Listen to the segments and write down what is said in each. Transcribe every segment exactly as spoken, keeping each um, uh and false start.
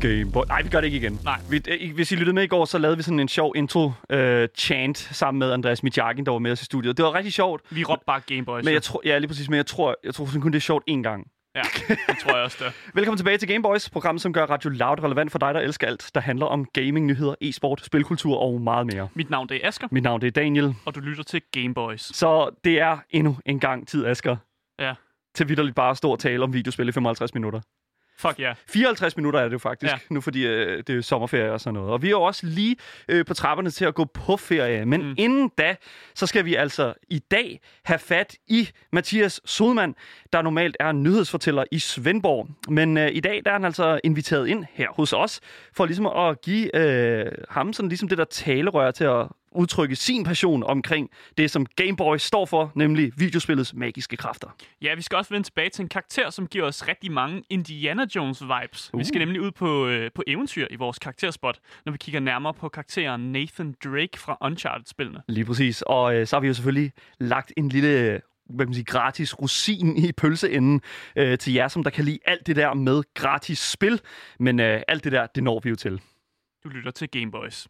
Gameboy. Nej, vi gør det ikke igen. Nej. Vi, hvis I lyttede med i går, så lavede vi sådan en sjov intro-chant uh, sammen med Andreas Mijakin, der var med os i studiet. Det var rigtig sjovt. Vi råbte bare Gameboy. Men jeg tror, ja, lige præcis. Men jeg tror, jeg tror kun det er sjovt én gang. Ja, det tror jeg også, der. Velkommen tilbage til Gameboys, programmet, som gør Radio Loud relevant for dig, der elsker alt, der handler om gaming, nyheder, e-sport, spilkultur og meget mere. Mit navn det er Asger. Mit navn det er Daniel. Og du lytter til Gameboys. Så det er endnu en gang tid, Asger. Ja. Til vitterligt bare at stå og tale om videospil i femoghalvtreds minutter. Fuck ja. Yeah. fireoghalvtreds minutter er det jo faktisk, ja. Nu fordi øh, det er sommerferie og sådan noget. Og vi er jo også lige øh, på trapperne til at gå på ferie. Men mm. inden da, så skal vi altså i dag have fat i Mathias Sodemann, der normalt er nyhedsfortæller i Svendborg. Men øh, i dag der er han altså inviteret ind her hos os, for ligesom at give øh, ham sådan ligesom det der talerør til at udtrykke sin passion omkring det, som Gameboy står for, nemlig videospillets magiske kræfter. Ja, vi skal også vende tilbage til en karakter, som giver os rigtig mange Indiana Jones-vibes. Uh. Vi skal nemlig ud på, øh, på eventyr i vores karakterspot, når vi kigger nærmere på karakteren Nathan Drake fra Uncharted-spillene. Lige præcis. Og øh, så har vi jo selvfølgelig lagt en lille hvad kan man sige, gratis rosin i pølseenden øh, til jer, som der kan lide alt det der med gratis spil. Men øh, alt det der, det når vi jo til. Du lytter til Gameboys.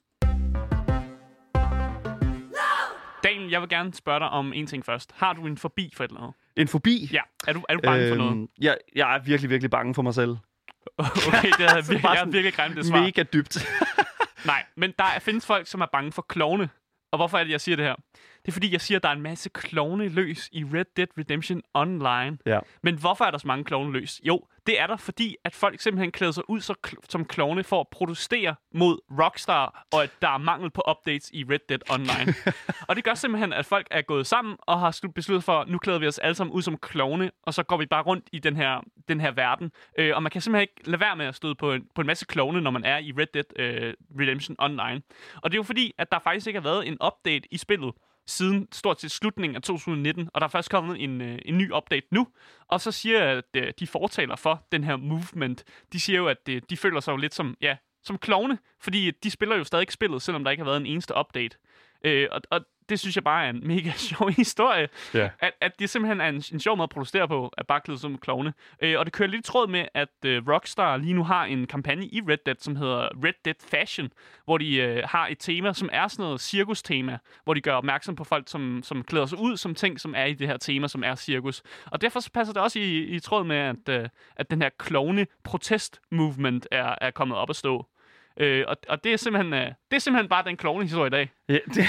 Daniel, jeg vil gerne spørge dig om en ting først. Har du en fobi for et eller andet? En fobi? Ja. Er du, er du bange øhm, for noget? Jeg, jeg er virkelig, virkelig bange for mig selv. Okay, det er virkelig, jeg har virkelig glemt det svar. Mega dybt. Nej, men der findes folk, som er bange for klovne. Og hvorfor er det, jeg siger det her? Det er fordi, jeg siger, at der er en masse klovne løs i Red Dead Redemption Online. Ja. Men hvorfor er der så mange klovne løs? Jo, det er der, fordi at folk simpelthen klæder sig ud så kl- som klovne for at protestere mod Rockstar, og at der er mangel på updates i Red Dead Online. Og det gør simpelthen, at folk er gået sammen og har besluttet for, nu klæder vi os alle sammen ud som klovne, og så går vi bare rundt i den her, den her verden. Øh, og man kan simpelthen ikke lade være med at støde på en, på en masse klovne, når man er i Red Dead øh, Redemption Online. Og det er jo fordi, at der faktisk ikke har været en update i spillet siden stort set slutningen af to tusind nitten, og der er først kommet en, øh, en ny update nu. Og så siger at øh, de fortaler for den her movement, de siger jo, at øh, de føler sig jo lidt som, ja, som klovne, fordi de spiller jo stadig spillet, selvom der ikke har været en eneste update. Øh, og, og det synes jeg bare er en mega sjov historie, yeah. at, at det simpelthen er en, en sjov måde at protestere på, at bare klæde som klovne. Øh, og det kører lidt i tråd med, at øh, Rockstar lige nu har en kampagne i Red Dead, som hedder Red Dead Fashion, hvor de øh, har et tema, som er sådan noget cirkus-tema, hvor de gør opmærksom på folk, som, som klæder sig ud som ting, som er i det her tema, som er cirkus. Og derfor så passer det også i, i tråd med, at, øh, at den her klovne-protest-movement er, er kommet op at stå. Øh, og, og det er simpelthen øh, det er simpelthen bare den klovne-historie i dag. Ja, det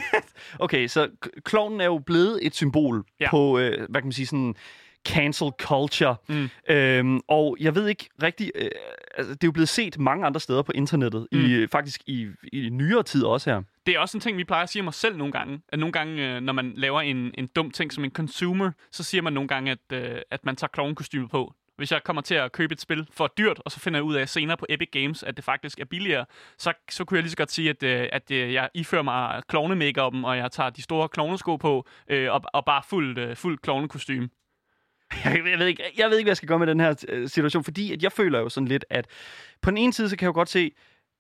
okay, så klovnen er jo blevet et symbol ja. på, øh, hvad kan man sige, sådan cancel culture. Mm. Øhm, og jeg ved ikke rigtig, øh, altså, det er jo blevet set mange andre steder på internettet, mm. i, faktisk i, i nyere tid også her. Det er også en ting, vi plejer at sige om os selv nogle gange. At nogle gange, øh, når man laver en, en dum ting som en consumer, så siger man nogle gange, at, øh, at man tager klovnekostymet på. Hvis jeg kommer til at købe et spil for dyrt, og så finder jeg ud af senere på Epic Games, at det faktisk er billigere, så, så kunne jeg lige så godt sige, at, at jeg ifører mig klovne-make-up'en, og jeg tager de store klovnesko på, øh, og, og bare fuld, fuld klovnekostyme. Jeg ved, ikke, jeg ved ikke, hvad jeg skal gøre med den her situation, fordi at jeg føler jo sådan lidt, at på den ene side, så kan jeg jo godt se,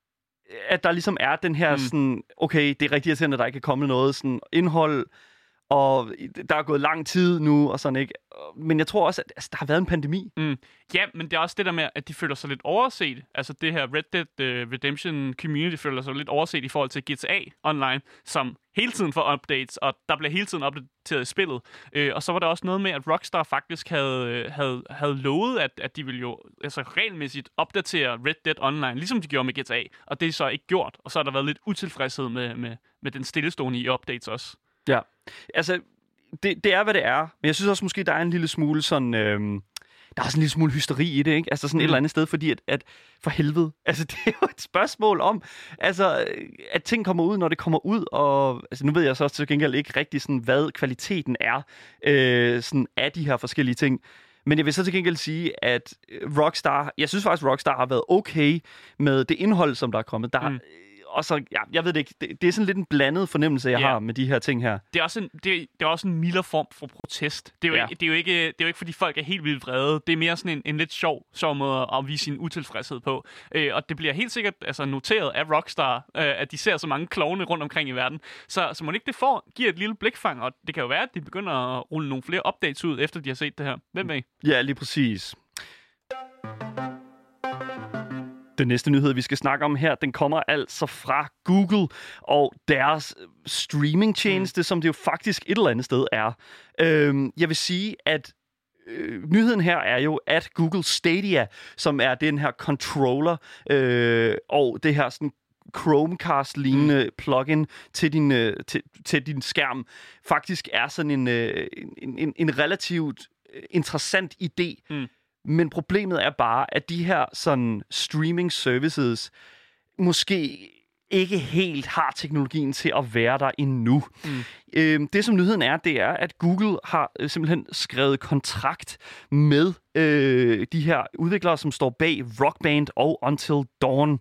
at der ligesom er den her mm. sådan, okay, det er rigtig irriterende, at der ikke er kommet noget sådan indhold, og der er gået lang tid nu, og sådan ikke. Men jeg tror også, at altså, der har været en pandemi. Mm. Ja, men det er også det der med, at de føler sig lidt overset. Altså det her Red Dead uh, Redemption Community føler sig lidt overset i forhold til G T A Online, som hele tiden får updates, og der bliver hele tiden opdateret i spillet. Uh, og så var der også noget med, at Rockstar faktisk havde, havde, havde lovet, at, at de ville jo altså, regelmæssigt opdatere Red Dead Online, ligesom de gjorde med G T A. Og det er så ikke gjort, og så har der været lidt utilfredshed med, med, med den stillestående i updates også. Ja, altså, det, det er, hvad det er. Men jeg synes også måske, der er en lille smule sådan... Øhm, der er sådan en lille smule hysteri i det, ikke? Altså sådan mm. et eller andet sted, fordi at, at for helvede, altså det er jo et spørgsmål om, altså at ting kommer ud, når det kommer ud, og altså nu ved jeg så også til gengæld ikke rigtig sådan, hvad kvaliteten er øh, sådan af de her forskellige ting. Men jeg vil så til gengæld sige, at Rockstar, jeg synes faktisk, Rockstar har været okay med det indhold, som der er kommet. Der mm. Og så, ja, jeg ved det ikke, det, det er sådan lidt en blandet fornemmelse, jeg yeah. har med de her ting her. Det er også en, det er, det er også en mildere form for protest. Det er, jo yeah. ikke, det, er jo ikke, det er jo ikke, fordi folk er helt vildt vrede. Det er mere sådan en, en lidt sjov, sjov måde at vise sin utilfredshed på. Øh, og det bliver helt sikkert altså, noteret af Rockstar, øh, at de ser så mange klovne rundt omkring i verden. Så, så må det ikke det får, giver et lille blikfang, og det kan jo være, at de begynder at rulle nogle flere updates ud, efter de har set det her. Hvem ved? Ja, lige præcis. Den næste nyhed, vi skal snakke om her, den kommer altså fra Google og deres streamingtjeneste, mm. som det jo faktisk et eller andet sted er. Øhm, jeg vil sige, at øh, nyheden her er jo, at Google Stadia, som er den her controller øh, og det her sådan Chromecast-lignende mm. plugin til din, øh, til, til din skærm, faktisk er sådan en, øh, en, en, en relativt interessant idé. Mm. Men problemet er bare, at de her sådan streaming services måske ikke helt har teknologien til at være der endnu. Mm. Øh, det, som nyheden er, det er, at Google har øh, simpelthen skrevet kontrakt med øh, de her udviklere, som står bag Rock Band og Until Dawn.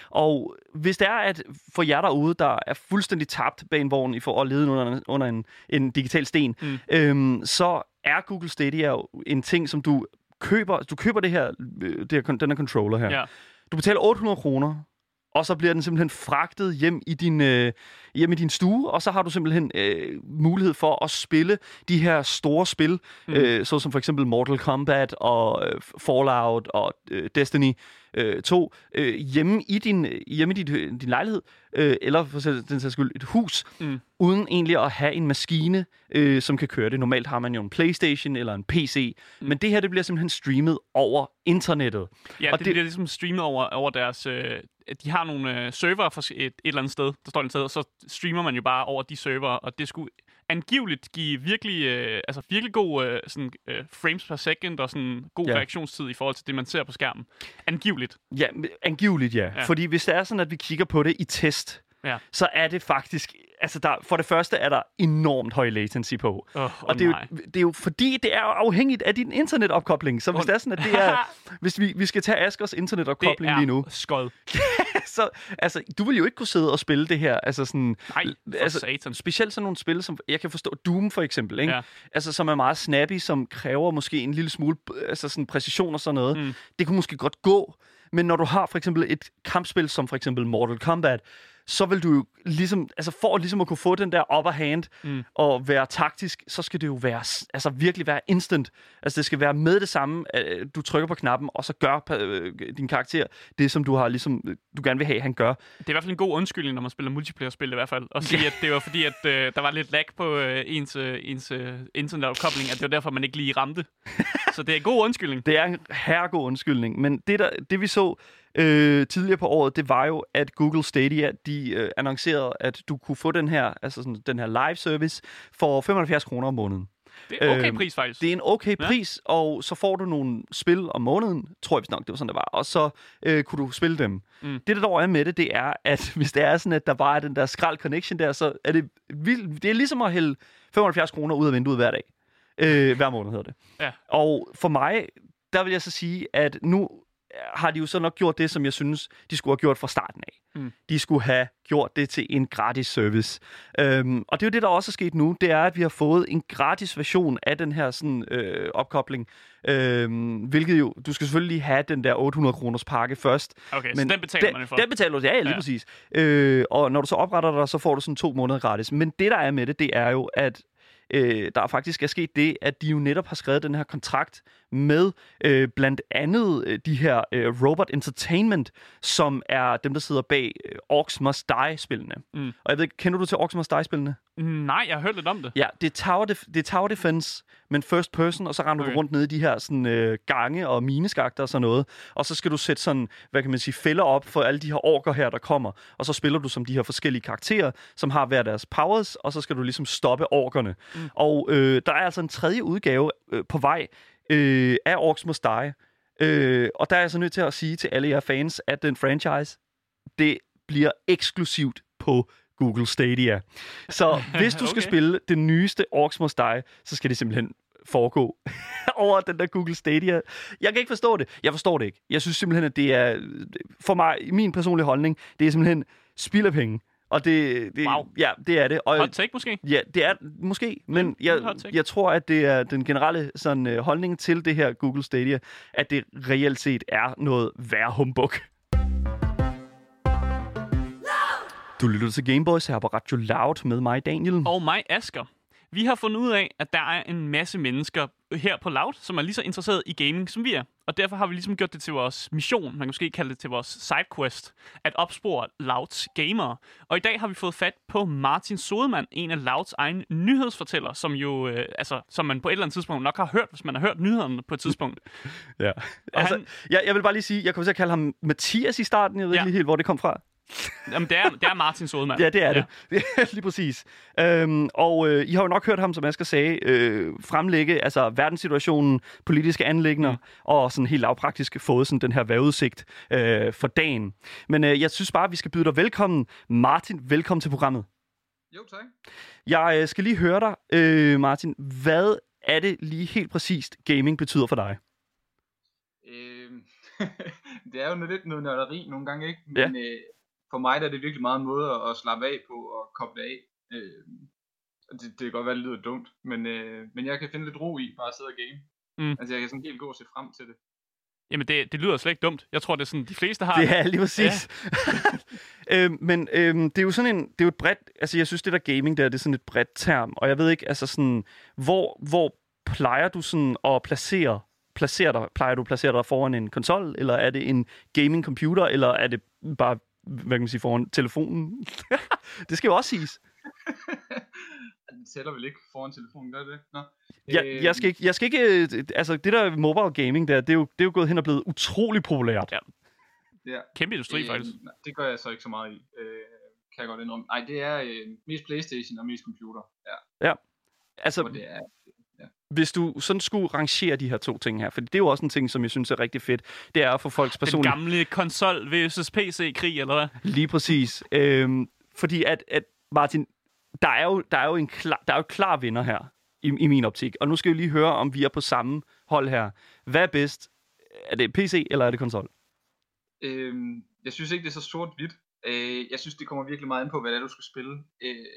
Og hvis det er, at for jer derude, der er fuldstændig tabt bag en vogn i for at lede under, under en, en digital sten, mm. øh, så er Google Stadia jo en ting, som du køber. Du køber det her, det her den her controller her. Ja. Du betaler otte hundrede kroner, og så bliver den simpelthen fragtet hjem i din, øh, hjem i din stue, og så har du simpelthen øh, mulighed for at spille de her store spil, mm. øh, såsom for eksempel Mortal Kombat og øh, Fallout og øh, Destiny øh, to, øh, hjemme i din, hjemme i din, din lejlighed, øh, eller for den sags skyld et hus, mm. uden egentlig at have en maskine, øh, som kan køre det. Normalt har man jo en PlayStation eller en P C, mm. men det her, det bliver simpelthen streamet over internettet. Ja, og det, det bliver ligesom streamet over, over deres... Øh de har nogle øh, server for et, et eller andet sted, der står et sted, og så streamer man jo bare over de server, og det skulle angiveligt give virkelig, øh, altså virkelig god øh, sådan, øh, frames per second og sådan god ja. reaktionstid i forhold til det, man ser på skærmen. Angiveligt. Ja, angiveligt ja. ja. Fordi hvis det er sådan, at vi kigger på det i test, ja. så er det faktisk... Altså, der, for det første er der enormt høj latency på. Oh, oh og det er, jo, det er jo fordi, det er afhængigt af din internetopkobling. Så hvis oh. det er sådan, at det er... hvis vi, vi skal tage Askers internetopkobling lige nu... skod. så, altså, du vil jo ikke kunne sidde og spille det her. Altså sådan... Nej, altså, satan. Specielt sådan nogle spil, som... Jeg kan forstå Doom for eksempel, ikke? Ja. Altså, som er meget snappy, som kræver måske en lille smule altså sådan præcision og sådan noget. Mm. Det kunne måske godt gå. Men når du har for eksempel et kampspil, som for eksempel Mortal Kombat, så vil du jo ligesom, altså for ligesom at kunne få den der upper hand mm. og være taktisk, så skal det jo være, altså virkelig være instant. Altså det skal være med det samme, du trykker på knappen, og så gør øh, din karakter det, som du har ligesom, du gerne vil have, han gør. Det er i hvert fald en god undskyldning, når man spiller multiplayer-spil i hvert fald, at sige, at det var fordi, at øh, der var lidt lag på øh, ens, øh, ens øh, internetopkobling, at det var derfor, man ikke lige ramte. Så det er en god undskyldning. Det er en herregod undskyldning, men det, der, det vi så Øh, tidligere på året, det var jo, at Google Stadia, de øh, annoncerede, at du kunne få den her, altså sådan, den her live service for femoghalvfjerds kroner om måneden. Det er en okay øh, pris, faktisk. Det er en okay ja. pris, og så får du nogle spil om måneden, tror jeg vist nok, det var sådan, det var, og så øh, kunne du spille dem. Mm. Det, der dog er med det, det er, at hvis det er sådan, at der bare er den der skrald connection der, så er det vildt. Det er ligesom at hælde femoghalvfjerds kroner ud af vinduet hver dag. Øh, hver måned hedder det. Ja. Og for mig, der vil jeg så sige, at nu har de jo så nok gjort det, som jeg synes, de skulle have gjort fra starten af. Mm. De skulle have gjort det til en gratis service. Øhm, og det er jo det, der også er sket nu, det er, at vi har fået en gratis version af den her sådan, øh, opkobling. Øhm, hvilket jo, du skal selvfølgelig have den der otte hundrede kroners pakke først. Okay, men så den betaler den, man jo for. Den betaler du, ja, lige ja. præcis. Øh, og når du så opretter dig, så får du sådan to måneder gratis. Men det, der er med det, det er jo, at Øh, der faktisk er sket det, at de jo netop har skrevet den her kontrakt med øh, blandt andet øh, de her øh, Robot Entertainment, som er dem, der sidder bag øh, Orcs Must Die-spillene. Mm. Og jeg ved ikke, kender du til Orcs Must Die-spillene? Nej, jeg har hørt lidt om det. Ja, det er Tower, def- det er tower Defense, men first person, og så render okay. du rundt nede i de her sådan, øh, gange og mineskakter og sådan noget. Og så skal du sætte sådan, hvad kan man sige, fælder op for alle de her orker her, der kommer. Og så spiller du som de her forskellige karakterer, som har hver deres powers, og så skal du ligesom stoppe orkerne. Mm. Og øh, der er altså en tredje udgave øh, på vej øh, af Orcs Must Die. Øh, og der er jeg så nødt til at sige til alle jer fans, at den franchise, det bliver eksklusivt på Google Stadia. Så hvis du skal okay. spille det nyeste Orcs Must Die, så skal det simpelthen foregå over den der Google Stadia. Jeg kan ikke forstå det. Jeg forstår det ikke. Jeg synes simpelthen, at det er, for mig, min personlige holdning, det er simpelthen spild af penge. Og det, det wow. ja, det er det. Og, hot take måske? Ja, det er måske, men jeg, jeg tror, at det er den generelle sådan, uh, holdning til det her Google Stadia, at det reelt set er noget værre humbug. Du lytter til Gameboys her på Radio Loud med mig, Daniel. Og mig, Asger. Vi har fundet ud af, at der er en masse mennesker her på Loud, som er lige så interesseret i gaming, som vi er. Og derfor har vi ligesom gjort det til vores mission, man kan måske kalde det til vores sidequest, at opspore Louds gamere. Og i dag har vi fået fat på Martin Sodemann, en af Louds egne nyhedsfortæller, som jo, øh, altså, som man på et eller andet tidspunkt nok har hørt, hvis man har hørt nyhederne på et tidspunkt. Ja, altså, han, jeg, jeg vil bare lige sige, jeg kommer til at kalde ham Mathias i starten, jeg ved ja. ikke lige helt, hvor det kom fra. Jamen, det er, det er Martin Sodemann. Ja, det er ja. det. Lige præcis. Øhm, og øh, I har jo nok hørt ham, som Asger sagde, øh, fremlægge altså, verdenssituationen, politiske anliggender, mm. og sådan helt lavpraktisk fået sådan den her vejrudsigt øh, for dagen. Men øh, jeg synes bare, vi skal byde dig velkommen. Martin, velkommen til programmet. Jo, tak. Jeg øh, skal lige høre dig, øh, Martin. Hvad er det lige helt præcist, gaming betyder for dig? Øh, det er jo lidt noget nørderi nogle gange, ikke? Men, ja. øh, for mig der er det virkelig meget en måde at slappe af på og koble af. Øh, det, det kan godt være, det lyder dumt, men, øh, men jeg kan finde lidt ro i bare at sidde og game. Mm. Altså jeg kan sådan helt gå og se frem til det. Jamen det, det lyder slet ikke dumt. Jeg tror, det er sådan, de fleste har. Det er lige præcis. Ja. øhm, men øhm, det er jo sådan en, det er jo et bredt, altså jeg synes, det der gaming der, det er sådan et bredt term, og jeg ved ikke, altså sådan, hvor, hvor plejer du sådan at placere, placere dig, plejer du at placere dig foran en konsol, eller er det en gaming computer, eller er det bare, hvad kan man sige, foran telefonen? Det skal jo også siges. Den tæller vel ikke foran telefonen, gør det? Nå. Ja, øh, jeg skal ikke, jeg skal ikke, altså det der mobile gaming der, det er jo, det er jo gået hen og blevet utrolig populært. Ja. Ja. Kæmpe industri, øh, faktisk. Det gør jeg så ikke så meget i, øh, kan jeg godt indrømme. Nej, det er øh, mest PlayStation og mest computer. Ja. Ja. Altså, det er, ja. Hvis du sådan skulle rangere de her to ting her, for det er jo også en ting, som jeg synes er rigtig fedt, det er at få folks personlige... Den gamle konsol versus P C-krig, eller hvad? Lige præcis. Øhm, fordi at, at, Martin, der er jo, der er jo en klar, der er jo klar vinder her, i, i min optik. Og nu skal vi lige høre, om vi er på samme hold her. Hvad er bedst? Er det P C, eller er det konsol? Øhm, jeg synes ikke, det er så sort-hvidt. Øh, jeg synes, det kommer virkelig meget ind på, hvad det er, du skal spille. Øh,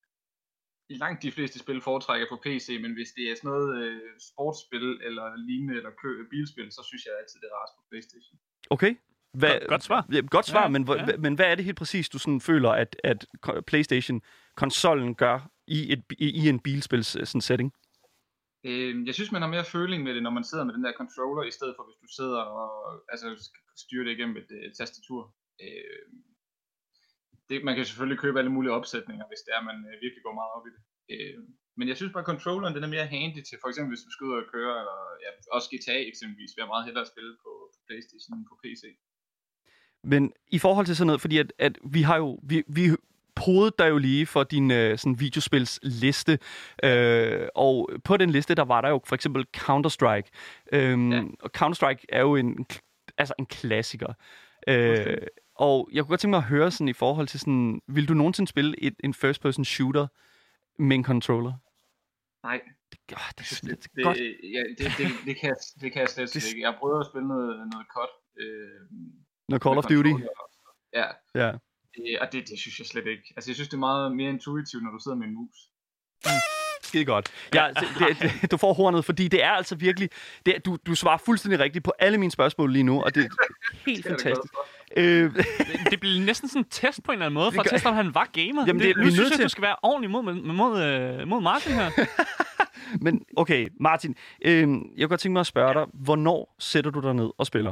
I langt de fleste spil foretrækker på P C, men hvis det er sådan noget øh, sportsspil, eller lignende, eller kø- bilspil, så synes jeg altid, det er rart på PlayStation. Okay. Hvad, godt, godt svar. Ja, godt svar, ja, men, ja. men hvad er det helt præcis, du sådan føler, at, at PlayStation-konsollen gør i, et, i, i en bilspils sådan setting? Øh, jeg synes, man har mere føling med det, når man sidder med den der controller, i stedet for hvis du sidder og altså, styrer det igennem et, et tastatur. Øh, det, man kan selvfølgelig købe alle mulige opsætninger, hvis det er, man øh, virkelig går meget op i det. Øh, men jeg synes bare, controlleren den er mere handy til, for eksempel hvis du skal ud og køre, eller ja, også G T A eksempelvis, vil jeg meget hellere spille på, på PlayStation end på P C. Men i forhold til sådan noget, fordi at, at vi har jo, vi, vi podede der jo lige for din øh, sådan videospilsliste, øh, og på den liste, der var der jo for eksempel Counter-Strike. Øhm, ja. Og Counter-Strike er jo en, altså en klassiker. Øh, og jeg kunne godt tænke mig at høre sådan i forhold til sådan, vil du nogensinde spille et, en first-person shooter med en controller? Nej. Det, åh, det, er det, det, det, godt. Ja, det, det, det, kan, det kan jeg slet det, ikke. Jeg prøver at spille noget, noget C O D. Øh, noget Call of Duty? Ja. Ja. Det, og det, det synes jeg slet ikke. Altså jeg synes, det er meget mere intuitivt, når du sidder med en mus. Mm. Skide godt. Ja, det, det, du får hornet, fordi det er altså virkelig... Det er, du, du svarer fuldstændig rigtigt på alle mine spørgsmål lige nu, og det er helt det fantastisk. Øh. det, det bliver næsten sådan en test på en eller anden måde, for at teste, om han var gamer. Jamen, det, det, nu synes jeg, til... du skal være ordentlig mod, mod, øh, mod Martin her. Men okay, Martin, øh, jeg kunne godt tænke mig at spørge dig, hvornår sætter du dig ned og spiller?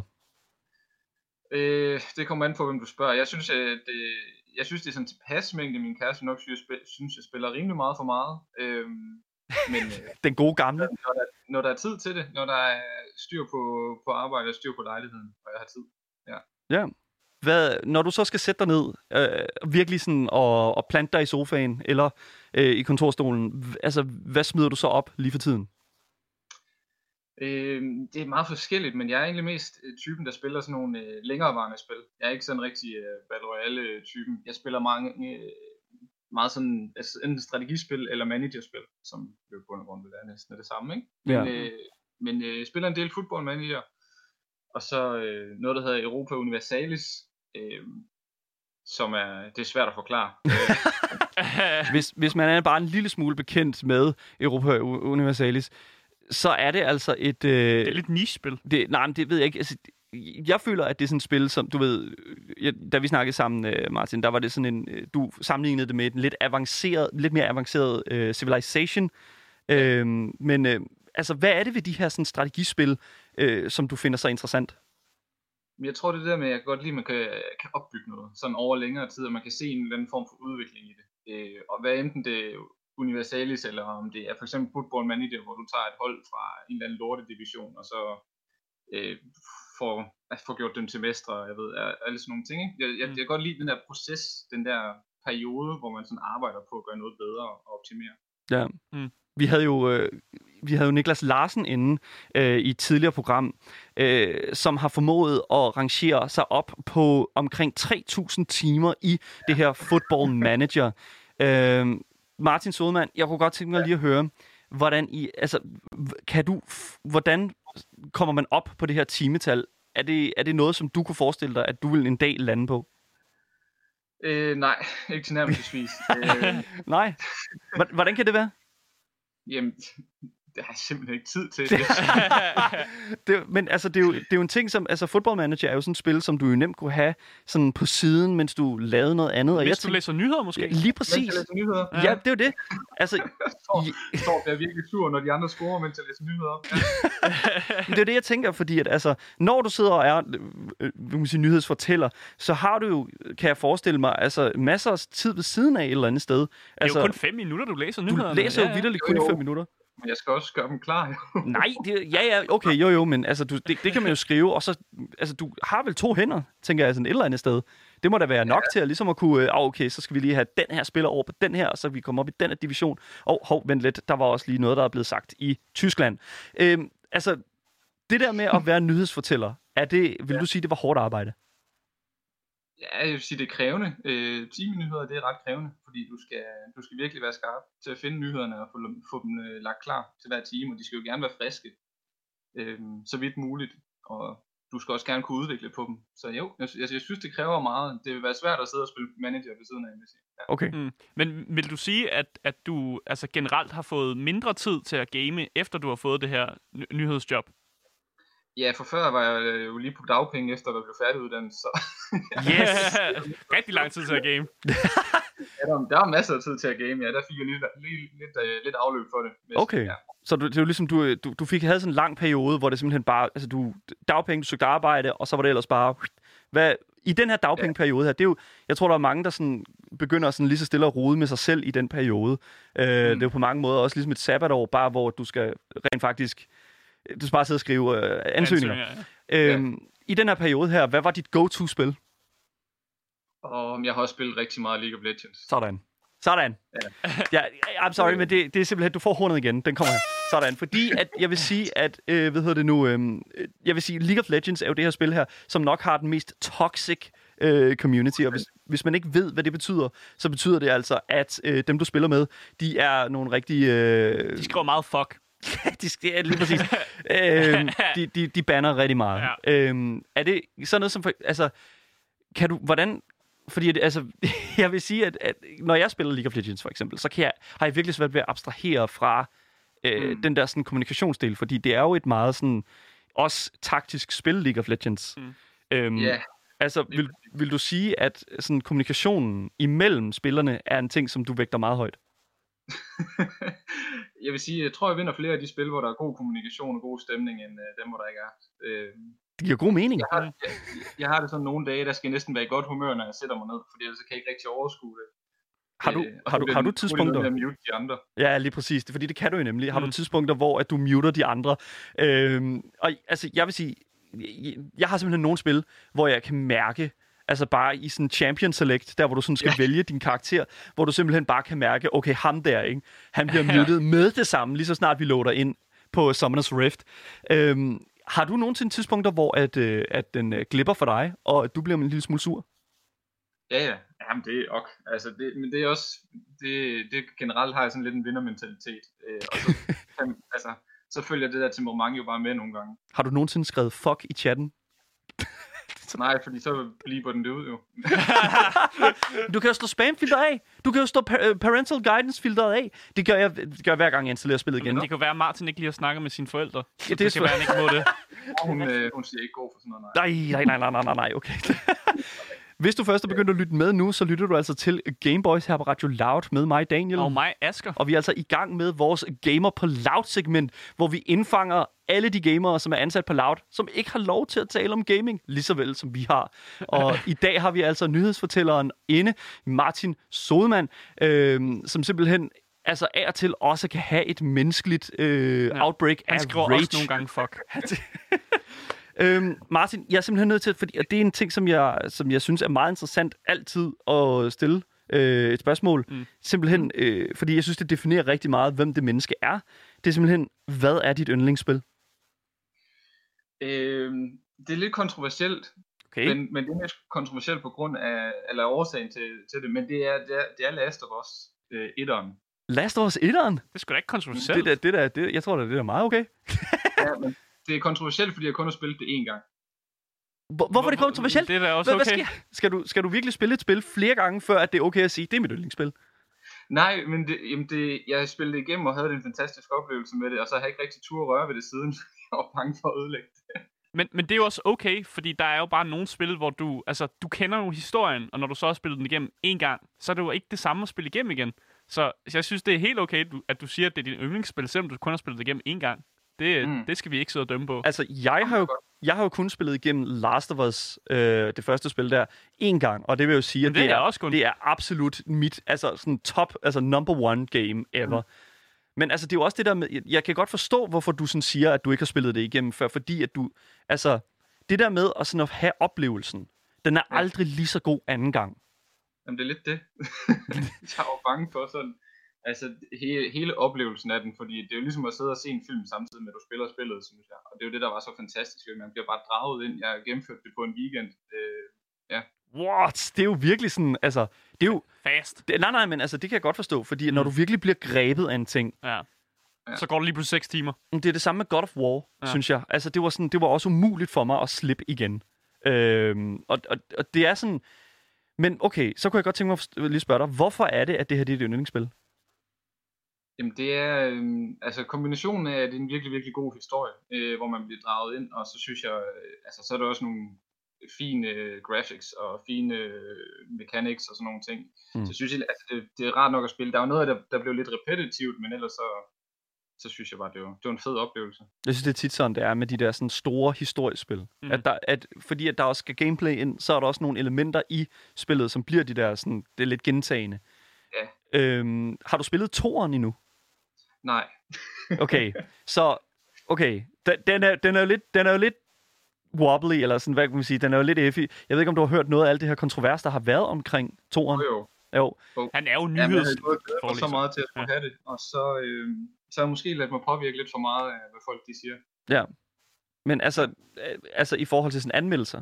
Øh, det kommer an på, hvem du spørger. Jeg synes, at det, jeg synes, det er sådan en tilpas mængde. Min kæreste nok synes, jeg, synes, jeg spiller rimelig meget for meget. Øh, men, Den gode gamle. Når der, når der er tid til det, når der er styr på, på arbejde og styr på lejligheden, og jeg har tid. Ja. Ja. Hvad, når du så skal sætte dig ned, øh, virkelig sådan og, og plante dig i sofaen eller øh, i kontorstolen, altså hvad smider du så op lige for tiden? Øh, det er meget forskelligt, men jeg er egentlig mest øh, typen, der spiller sådan nogle øh, længerevarende spil. Jeg er ikke sådan rigtig øh, Battle Royale-typen. Jeg spiller mange, øh, meget sådan, altså enten strategispil eller managerspil, som jo på grund af det er næsten det samme, ikke? Men, ja. øh, men øh, jeg spiller en del football manager, og så øh, noget, der hedder Europa Universalis, øh, som er, det er svært at forklare. hvis, hvis man er bare en lille smule bekendt med Europa Universalis, så er det altså et... Øh, det er lidt niche-spil. Det, nej, men det ved jeg ikke. Altså, jeg føler, at det er sådan et spil, som du ved... Jeg, da vi snakkede sammen, øh, Martin, der var det sådan en... Du sammenlignede det med en lidt avanceret, lidt mere avanceret øh, Civilization. Øh, men øh, altså, hvad er det ved de her sådan, strategispil, øh, som du finder så interessant? Jeg tror, det er det der med, at jeg kan godt lide, at man kan, kan opbygge noget sådan over længere tid, og man kan se en eller anden form for udvikling i det. Øh, og hvad enten det er Universalis, eller om det er for eksempel Football Manager, hvor du tager et hold fra en eller anden lortedivision, og så øh, får, altså, får gjort dem til mestre, jeg ved, alle sådan nogle ting. Ikke? Jeg, jeg, jeg kan godt lide den der proces, den der periode, hvor man sådan arbejder på at gøre noget bedre og optimere. Ja. Mm. Vi havde jo øh, vi havde jo Niklas Larsen inde øh, i et tidligere program, øh, som har formået at rangere sig op på omkring tre tusind timer i det her Football Manager. Øh, Martin Sodemann, jeg kunne godt tænke mig lige at høre, hvordan I, altså, kan du, hvordan kommer man op på det her timetal? Er det, er det noget, som du kunne forestille dig, at du vil en dag lande på? Øh, nej, ikke til nærmelsesvis. øh, nej. Hvordan kan det være? Jamen, det har jeg simpelthen ikke tid til. Det. det, men altså, det er, jo, det er jo en ting, som... Altså, Football Manager er jo sådan et spil, som du jo nemt kunne have sådan på siden, mens du lavede noget andet. Hvis og jeg du tænker, læser nyheder, måske? Ja, lige præcis. Mens jeg læser nyheder? Ja, det er jo det. Altså, jeg står der virkelig sur, når de andre scorer, mens jeg læser nyheder. Ja. Det er det, jeg tænker, fordi at, altså, når du sidder og er øh, øh, sige, nyhedsfortæller, så har du jo, kan jeg forestille mig, altså, masser af tid ved siden af et eller andet sted. Altså, det er jo kun fem minutter, du læser nyhederne. Du læser jo ja, ja. vitterligt kun i fem minutter. Men jeg skal også gøre dem klar, jo. Nej, det, ja, ja, okay, jo, jo, men altså, du, det, det kan man jo skrive, og så, altså, du har vel to hænder, tænker jeg, sådan et eller andet sted. Det må da være nok ja. til at ligesom at kunne, ah, okay, så skal vi lige have den her spiller over på den her, og så vi kommer op i den her division. Og hov, vent lidt, der var også lige noget, der er blevet sagt i Tyskland. Øhm, altså, det der med at være nyhedsfortæller, er det, vil ja. du sige, det var hårdt arbejde? Ja, jeg vil sige, det er krævende. Øh, time-nyheder, det er ret krævende, fordi du skal, du skal virkelig være skarp til at finde nyhederne og få, få dem øh, lagt klar til hver time, og de skal jo gerne være friske, øh, så vidt muligt, og du skal også gerne kunne udvikle på dem. Så jo, jeg, jeg, jeg synes, det kræver meget. Det vil være svært at sidde og spille manager ved siden af, vil sige. Ja. Okay. Mm. Men vil du sige, at, at du altså generelt har fået mindre tid til at game, efter du har fået det her ny- nyhedsjob? Ja, for før var jeg jo lige på dagpenge, efter at jeg blev færdiguddannet, så... Yes! Rigtig lang tid til at game. ja, der, der er masser af tid til at game, ja. Der fik jeg lidt, lidt, lidt, uh, lidt afløb for det. Mest, okay, ja. Så du, det er jo ligesom, du, du, du fik havde sådan en lang periode, hvor det simpelthen bare... Altså, du dagpenge, du søgte arbejde, og så var det ellers bare... Hvad, i den her dagpengeperiode her, det er jo... Jeg tror, der er mange, der sådan begynder sådan lige så stille at rode med sig selv i den periode. Uh, mm. Det er jo på mange måder også ligesom et sabbatår, bare hvor du skal rent faktisk... Du skal bare sidde og skrive øh, ansøgninger. ansøgninger ja. øhm, ja. I den her periode her, hvad var dit go-to-spil? Og jeg har også spillet rigtig meget League of Legends. Sådan. Sådan. Ja. ja, I'm sorry, men det, det er simpelthen, du får hornet igen. Den kommer her. Sådan. Fordi at, jeg vil sige, at, øh, hvad hedder det nu, øh, jeg vil sige, League of Legends er jo det her spil her, som nok har den mest toxic øh, community, og hvis, hvis man ikke ved, hvad det betyder, så betyder det altså, at øh, dem, du spiller med, de er nogle rigtige... Øh, de skriver meget fuck. Ja, de, lige præcis. øhm, de, de, de banner rigtig meget. Ja. Øhm, er det sådan noget som... For, altså, kan du... Hvordan... Fordi at, altså, jeg vil sige, at, at når jeg spiller League of Legends for eksempel, så kan jeg, har jeg virkelig svært ved at abstrahere fra øh, mm. den der sådan, kommunikationsdel, fordi det er jo et meget sådan... Også taktisk spil, League of Legends. Mm. Øhm, yeah. Altså, vil, vil du sige, at sådan, kommunikationen imellem spillerne er en ting, som du vægter meget højt? Jeg vil sige, jeg tror, jeg vinder flere af de spil, hvor der er god kommunikation og god stemning, end uh, dem, hvor der ikke er. Uh, det giver god mening. Jeg har, jeg, jeg har det sådan nogle dage, der skal næsten være i godt humør, når jeg sætter mig ned, fordi ellers kan jeg ikke rigtig overskue det. Har du, uh, har du, har du tidspunkter? At mute de andre. Ja, lige præcis. Det, fordi det kan du jo nemlig. Har mm. du tidspunkter, hvor at du muter de andre? Øhm, og altså, jeg vil sige, jeg, jeg har simpelthen nogle spil, hvor jeg kan mærke, altså bare i sådan Champion Select, der hvor du sådan skal ja. vælge din karakter, hvor du simpelthen bare kan mærke, okay, ham der, ikke? Han bliver muted med det samme, lige så snart vi loader ind på Summoner's Rift. Øhm, har du nogensinde tidspunkter, hvor at, øh, at den øh, glipper for dig, og at du bliver en lille smule sur? Ja, ja. Jamen, det er ok. Altså, det, men det er også, det, det generelt har jeg sådan lidt en vindermentalitet. Øh, og så, kan, altså, så følger det der temperament jo bare med nogle gange. Har du nogensinde skrevet fuck i chatten? Nej, fordi så bliver den det ud jo. Du kan jo stå spamfilter af. Du kan jo stå parental guidance filteret af. Det gør jeg, det gør jeg hver gang, jeg installerer spillet igen. Men det kan være, at Martin ikke lige har snakket med sine forældre. Ja, det, det kan være, han ikke må det. Hun, øh, hun siger ikke god for sådan noget, nej. Nej, nej, nej, nej, nej, nej, okay. Hvis du først er begyndt at lytte med nu, så lytter du altså til Gameboys her på Radio Loud med mig, Daniel. Og mig, Asger. Og vi er altså i gang med vores Gamer på Loud-segment, hvor vi indfanger alle de gamere, som er ansat på Loud, som ikke har lov til at tale om gaming, lige så vel som vi har. Og i dag har vi altså nyhedsfortælleren inde, Martin Sodemann, øh, som simpelthen altså af og til også kan have et menneskeligt øh, ja. outbreak Han af skriver rage. også nogle gange fuck. øhm, Martin, jeg er simpelthen nødt til, fordi det er en ting, som jeg, som jeg synes er meget interessant altid at stille øh, et spørgsmål. Mm. Simpelthen, øh, fordi jeg synes, det definerer rigtig meget, hvem det menneske er. Det er simpelthen, hvad er dit yndlingsspil? Øhm, det er lidt kontroversielt, Okay. men, men det er mest kontroversielt på grund af, eller årsagen til, til det, men det er, det er, det er Last of Us øh, etteren. Last of Us etteren? Det er sgu da ikke kontroversielt. Det der, det der, det, jeg tror, det er meget okay. Ja, men det er kontroversielt, fordi jeg kun har spillet det én gang. Hvor, hvorfor er det kontroversielt? Det er da også Hvad, okay. hvad sker? Skal, du, skal du virkelig spille et spil flere gange, før at det er okay at sige, det er mit yndlingsspil? Nej, men det, jamen det, jeg spillede det igennem og havde en fantastisk oplevelse med det, og så har jeg ikke rigtig tur at røre ved det siden. Jeg var bange for at ødelægge det. Men, men det er jo også okay, fordi der er jo bare nogle spil, hvor du, altså, du kender jo historien, og når du så har spillet den igennem en gang, så er det jo ikke det samme at spille igennem igen. Så, så jeg synes, det er helt okay, du, at du siger, at det er din yndlingsspil, selvom du kun har spillet det igennem en gang. Det, mm. det skal vi ikke sidde og dømme på. Altså, jeg har jo, jeg har jo kun spillet igennem Last of Us, øh, det første spil der, en gang, og det vil jo sige, at det, det, er, er, også kun... det er absolut mit, altså sådan top, altså number one game ever. Mm. Men altså, det er jo også det der med, jeg kan godt forstå, hvorfor du sådan siger, at du ikke har spillet det igennem før, fordi at du, altså, det der med at, sådan at have oplevelsen, den er ja. aldrig lige så god anden gang. Jamen, det er lidt det. Jeg var bange for sådan, altså hele, hele oplevelsen af den, fordi det er jo ligesom at sidde og se en film samtidig med, at du spiller spillet, synes jeg. Og det er jo det, der var så fantastisk, at man bliver bare draget ind. Jeg har gennemført det på en weekend. Øh, ja. What? Det er jo virkelig sådan, altså, det er jo... Fast. Det, nej, nej, men altså, det kan jeg godt forstå, fordi mm. når du virkelig bliver grebet af en ting, ja. Ja. Så går det lige på seks timer. Det er det samme med God of War, ja. synes jeg. Altså, det var, sådan, det var også umuligt for mig at slippe igen. Øhm, og, og, og det er sådan... Men okay, så kunne jeg godt tænke mig at lige spørge dig, hvorfor er det, at det her det er dit yndlingsspil? Jamen, det er... Øhm, altså, kombinationen af, at det er en virkelig, virkelig god historie, øh, hvor man bliver draget ind, og så synes jeg... Øh, altså, så er der også nogle fine øh, graphics og fine øh, mechanics og sådan nogle ting. Mm. Så synes jeg, altså, det, det er rart nok at spille. Der er jo noget, der, der blev lidt repetitivt, men ellers så... så synes jeg bare, det var, det var en fed oplevelse. Jeg synes, det er tit sådan, det er med de der sådan store historiespil. Mm. At der, at, fordi at der også skal gameplay ind, så er der også nogle elementer i spillet, som bliver de der sådan, det er lidt gentagende. Ja. Øhm, har du spillet toeren endnu? Nej. Okay, så, okay, den, den, er, den, er jo lidt, den er jo lidt wobbly, eller sådan, hvad kan man sige, den er jo lidt effig. Jeg ved ikke, om du har hørt noget af alt det her kontrovers, der har været omkring toeren. Jo, jo. jo. Han er jo nyheds... Jeg har så meget til at skulle ja. have det, og så... Øh... så har jeg måske ladet mig påvirke lidt for meget af, hvad folk de siger. Ja, men altså, altså i forhold til sådan anmeldelser?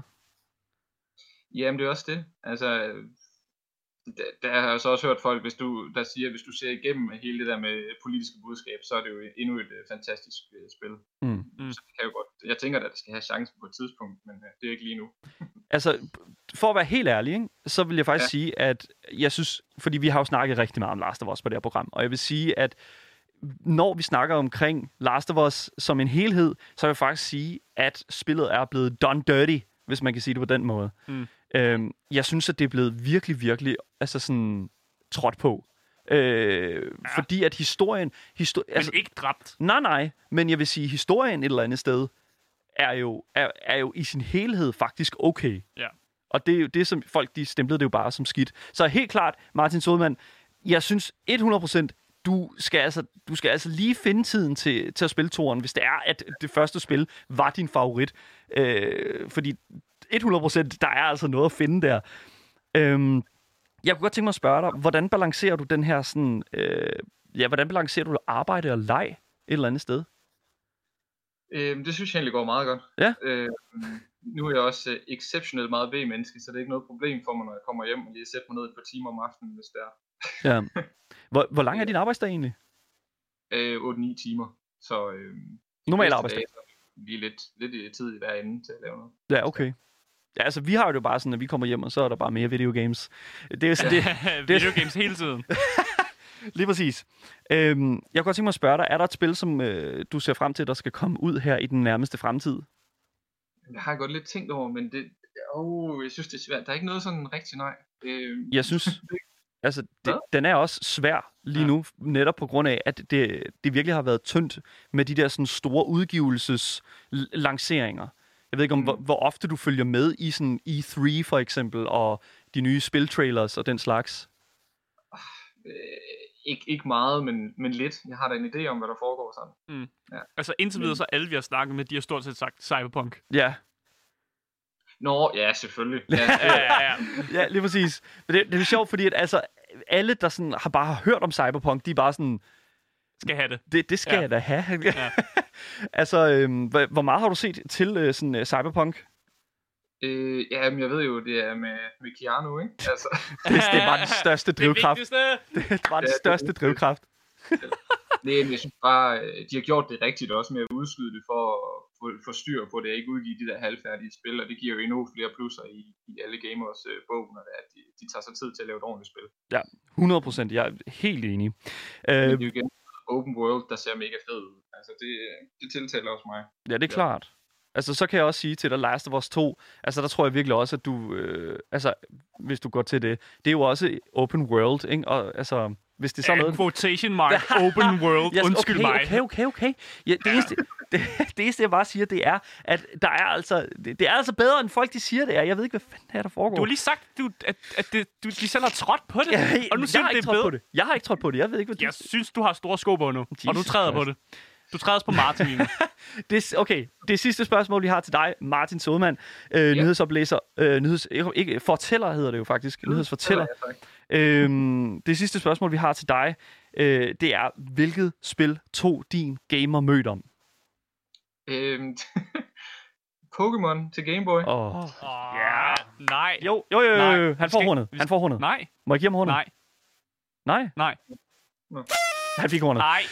Jamen, det er også det. Altså, der, der har jeg så også hørt folk, hvis du, der siger, hvis du ser igennem hele det der med politiske budskab, så er det jo endnu et uh, fantastisk uh, spil. Mm. Mm. Så det kan jo godt. Jeg tænker, at det skal have chancen på et tidspunkt, men uh, det er ikke lige nu. Altså, for at være helt ærlig, ikke, så vil jeg faktisk ja. sige, at jeg synes, fordi vi har jo snakket rigtig meget om Last of Us på det her program, og jeg vil sige, at når vi snakker omkring Last of Us som en helhed, så vil jeg faktisk sige, at spillet er blevet done dirty, hvis man kan sige det på den måde. Mm. Øhm, jeg synes, at det er blevet virkelig, virkelig altså sådan, trådt på. Øh, ja. Fordi at historien... Histori- men altså, ikke dræbt. Nej, nej. Men jeg vil sige, historien et eller andet sted er jo, er, er jo i sin helhed faktisk okay. Ja. Og det er jo det, som folk de stemplede det jo bare som skidt. Så helt klart, Martin Sodemann, jeg synes hundrede procent, Du skal, altså, du skal altså lige finde tiden til, til at spille toeren, hvis det er, at det første spil var din favorit. Øh, fordi hundrede procent, der er altså noget at finde der. Øh, jeg kunne godt tænke mig at spørge dig, hvordan balancerer du den her sådan... Øh, ja, hvordan balancerer du arbejde og leg et eller andet sted? Øh, det synes jeg egentlig går meget godt. Ja. Øh, nu er jeg også uh, exceptionelt meget B-menneske, så det er ikke noget problem for mig, når jeg kommer hjem og lige sætter mig ned et par timer om aftenen, hvis det er. Ja. Hvor, hvor lang er din arbejdsdag egentlig? Øh, otte ni timer. Så øh, normal arbejdsdag? Lige lidt, lidt i tid i hver ende til at lave noget. Ja, okay. Ja, altså vi har jo bare sådan, at vi kommer hjem, og så er der bare mere videogames. Det er jo sådan, det, det, videogames hele tiden. Lige præcis. Øhm, jeg kunne godt tænke mig at spørge dig, er der et spil, som øh, du ser frem til, der skal komme ud her i den nærmeste fremtid? Jeg har godt lidt tænkt over, men det, Oh, jeg synes, det er svært. Der er ikke noget sådan rigtig nej. Øh, Jeg synes, altså, det, Hvad? den er også svær lige Ja. nu, netop på grund af, at det, det virkelig har været tyndt med de der sådan store udgivelses-lanceringer. Jeg ved ikke, om Mm. hvor, hvor ofte du følger med i sådan E tre for eksempel, og de nye spiltrailers og den slags. øh, ikke, ikke meget, men, men lidt. Jeg har da en idé om, hvad der foregår sådan. Altså indtil videre, så alle vi har snakket med, de har stort set sagt Cyberpunk. Ja, Nå, ja, selvfølgelig. Ja, Ja, ja, ja. ja lige præcis. Men det, det er sjovt, fordi at, altså, alle, der sådan, har bare hørt om Cyberpunk, de er bare sådan, Skal have det. det, det skal Ja. jeg da have. Ja. Altså, øhm, hvor, hvor meget har du set til øh, sådan, øh, Cyberpunk? øh, jamen, jeg ved jo, det er med, med Keanu, ikke? Altså, Det, det var den største Det drivkraft. vigtigste. Det var den Ja, det- største drivkraft. nej, men jeg synes bare, øh, de har gjort det rigtigt også med at udskyde det for at få, få styr på det, og ikke udgive de der halvfærdige spil, og det giver jo endnu flere plusser i, i alle gamers øh, bog, når det er, at de, de tager sig tid til at lave et ordentligt spil. hundrede procent. Jeg er helt enig. Men Øh, det er jo igen open world, der ser mega fed ud. Altså, det, det tiltaler også mig. ja, det er klart. Altså, så kan jeg også sige til dig, Last of Us to, altså, der tror jeg virkelig også, at du, øh, altså, hvis du går til det, det er jo også open world, ikke? Og altså, hvis det er sådan Ja, noget... quotation mark, open world, Yes, undskyld okay, mig. Okay, okay, okay. Ja, det, eneste, det, det eneste, jeg bare siger, det er, at der er altså, det, det er altså bedre, end folk de siger, det er. Jeg ved ikke, hvad fanden det er, der foregår. Du har lige sagt, du, at, at det, du, de selv har trådt på det, jeg, og nu siger jeg har du, ikke det er trådt på bedre. det. Jeg har ikke trådt på det. Jeg ved ikke, hvad du... Jeg synes, du har store sko på nu, og du Jesus træder på Christ. det. Du træder på Martin lige nu. Det, okay, det sidste spørgsmål, vi har til dig, Martin Sodemann, øh, nyhedsoplæser, øh, nyheds, ikke, ikke, fortæller hedder det jo faktisk, nyhedsfortæller. Ja, tak. Øhm, det sidste spørgsmål, vi har til dig, øh, det er, hvilket spil tog din gamer mødt om? Øhm, Pokémon til Game Boy. Oh. Oh, ja. Nej. Jo, jo, jo, jo, Nej, jo. vi Han skal får ikke- hornet. vi Han får hornet. Nej. Må jeg give ham hornet? Nej. Nej? Nej. Han fik hornet. Nej.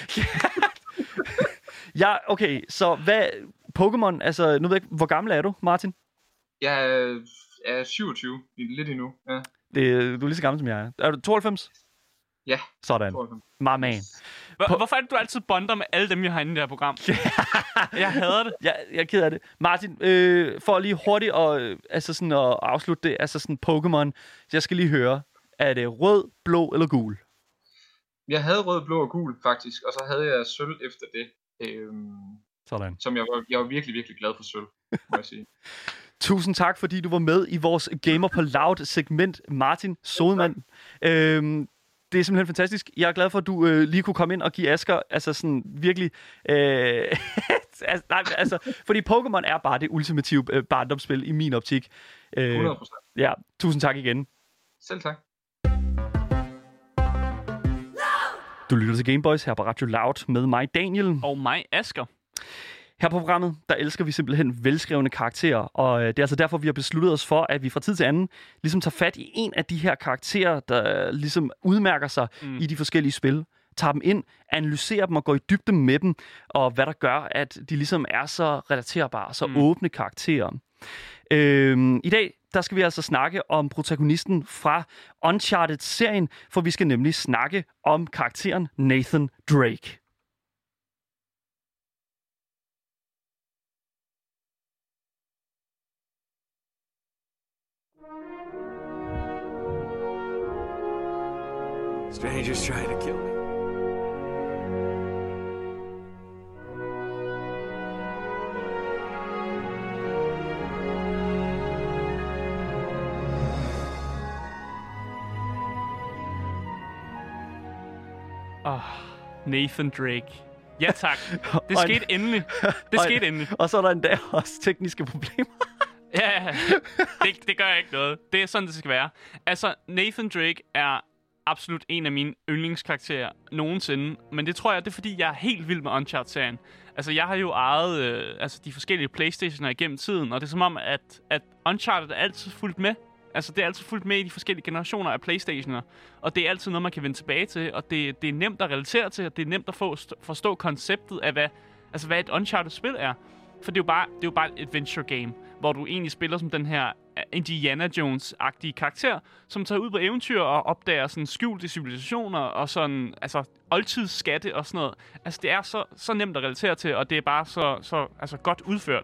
Ja, okay, så hvad... Pokémon, altså, nu ved jeg ikke, hvor gammel er du, Martin? Jeg er, er syvogtyve, lidt endnu. Ja, Det, du er lige så gammel, som jeg er. Er du tooghalvfems? ja. Sådan. tooghalvfems. My man. Hvor- Hvorfor er det, du altid bonder med alle dem, jeg har inde i det her program? Jeg hader det. Jeg, jeg er ked af det. Martin, øh, for lige hurtigt at, øh, altså sådan at afslutte det, altså sådan Pokémon, jeg skal lige høre, er det rød, blå eller gul? Jeg havde rød, blå og gul, faktisk, og så havde jeg sølv efter det. Øhm, Sådan. som jeg var, jeg var virkelig, virkelig glad for sølv, må jeg sige. Tusind tak, fordi du var med i vores Gamer på Loud segment, Martin Sodemann. Øhm, det er simpelthen fantastisk. Jeg er glad for, at du øh, lige kunne komme ind og give Asger, altså sådan virkelig... Øh, altså, nej, altså, fordi Pokémon er bare det ultimative øh, barndomsspil i min optik. Øh, hundrede procent. ja, tusind tak igen. Selv tak. Du lytter til Gameboys her på Radio Loud med mig, Daniel. Og mig, Asger. Her på programmet, der elsker vi simpelthen velskrevne karakterer, og øh, det er altså derfor, vi har besluttet os for, at vi fra tid til anden ligesom tager fat i en af de her karakterer, der ligesom udmærker sig mm. i de forskellige spil, tager dem ind, analyserer dem og går i dybden med dem, og hvad der gør, at de ligesom er så relaterbare, så mm. åbne karakterer. Øhm, I dag, der skal vi altså snakke om protagonisten fra Uncharted-serien, for vi skal nemlig snakke om karakteren Nathan Drake. Strangers trying to kill me. Oh, Nathan Drake. Ja tak. Det Og- skete endelig. Det og- skete endelig. Og så er der endda også tekniske problemer. Ja, det, det gør ikke noget. Det er sådan, det skal være. Altså, Nathan Drake er absolut en af mine yndlingskarakterer nogensinde. Men det tror jeg, det er fordi, jeg er helt vild med Uncharted-serien. Altså, jeg har jo ejet øh, altså, de forskellige PlayStationer igennem tiden, og det er som om, at, at Uncharted er altid fulgt med. Altså, det er altid fulgt med i de forskellige generationer af PlayStationer, og det er altid noget, man kan vende tilbage til, og det, det er nemt at relatere til, og det er nemt at få, forstå konceptet af, hvad, altså, hvad et Uncharted-spil er. For det er jo bare, det er jo bare et adventure game, hvor du egentlig spiller som den her Indiana Jones-agtige karakter, som tager ud på eventyr og opdager sådan skjulte civilisationer og sådan, altså, oldtidsskatte og sådan noget. Altså, det er så, så nemt at relatere til, og det er bare så, så altså, godt udført.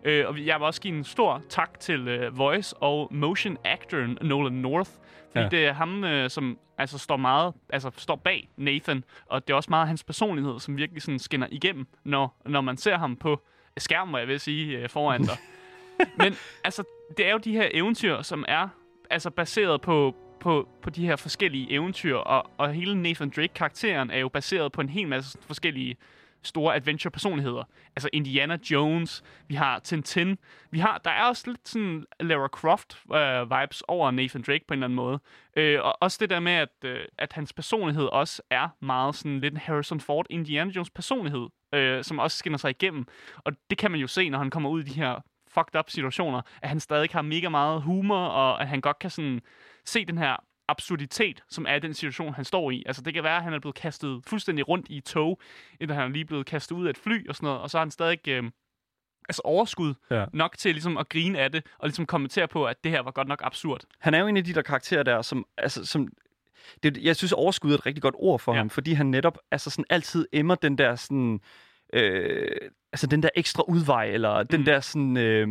Øh, og jeg vil også give en stor tak til øh, voice og motion actoren Nolan North. Fordi ja. det er ham, øh, som altså står meget, altså står bag Nathan, og det er også meget hans personlighed, som virkelig sådan skinner igennem, når, når man ser ham på skærmen, jeg vil sige, øh, foran dig. Men altså, det er jo de her eventyr, som er altså baseret på, på, på de her forskellige eventyr, og, og hele Nathan Drake-karakteren er jo baseret på en hel masse forskellige store adventure-personligheder. Altså Indiana Jones, vi har Tintin, vi har, der er også lidt sådan Lara Croft-vibes øh, over Nathan Drake på en eller anden måde. Øh, og også det der med, at, øh, at hans personlighed også er meget sådan lidt en Harrison Ford, Indiana Jones personlighed, øh, som også skinner sig igennem. Og det kan man jo se, når han kommer ud i de her fucked up situationer, at han stadig har mega meget humor, og at han godt kan sådan se den her absurditet, som er den situation, han står i. Altså, det kan være, at han er blevet kastet fuldstændig rundt i et tog, eller han er lige blevet kastet ud af et fly og sådan noget, og så har han stadig øh, altså overskud ja. nok til ligesom at grine af det, og ligesom kommentere på, at det her var godt nok absurd. Han er jo en af de der karakterer der, som, altså, som det, jeg synes, overskud er et rigtig godt ord for ja. ham, fordi han netop altså sådan altid emmer den der sådan, øh, altså den der ekstra udvej, eller den mm. der sådan, øh,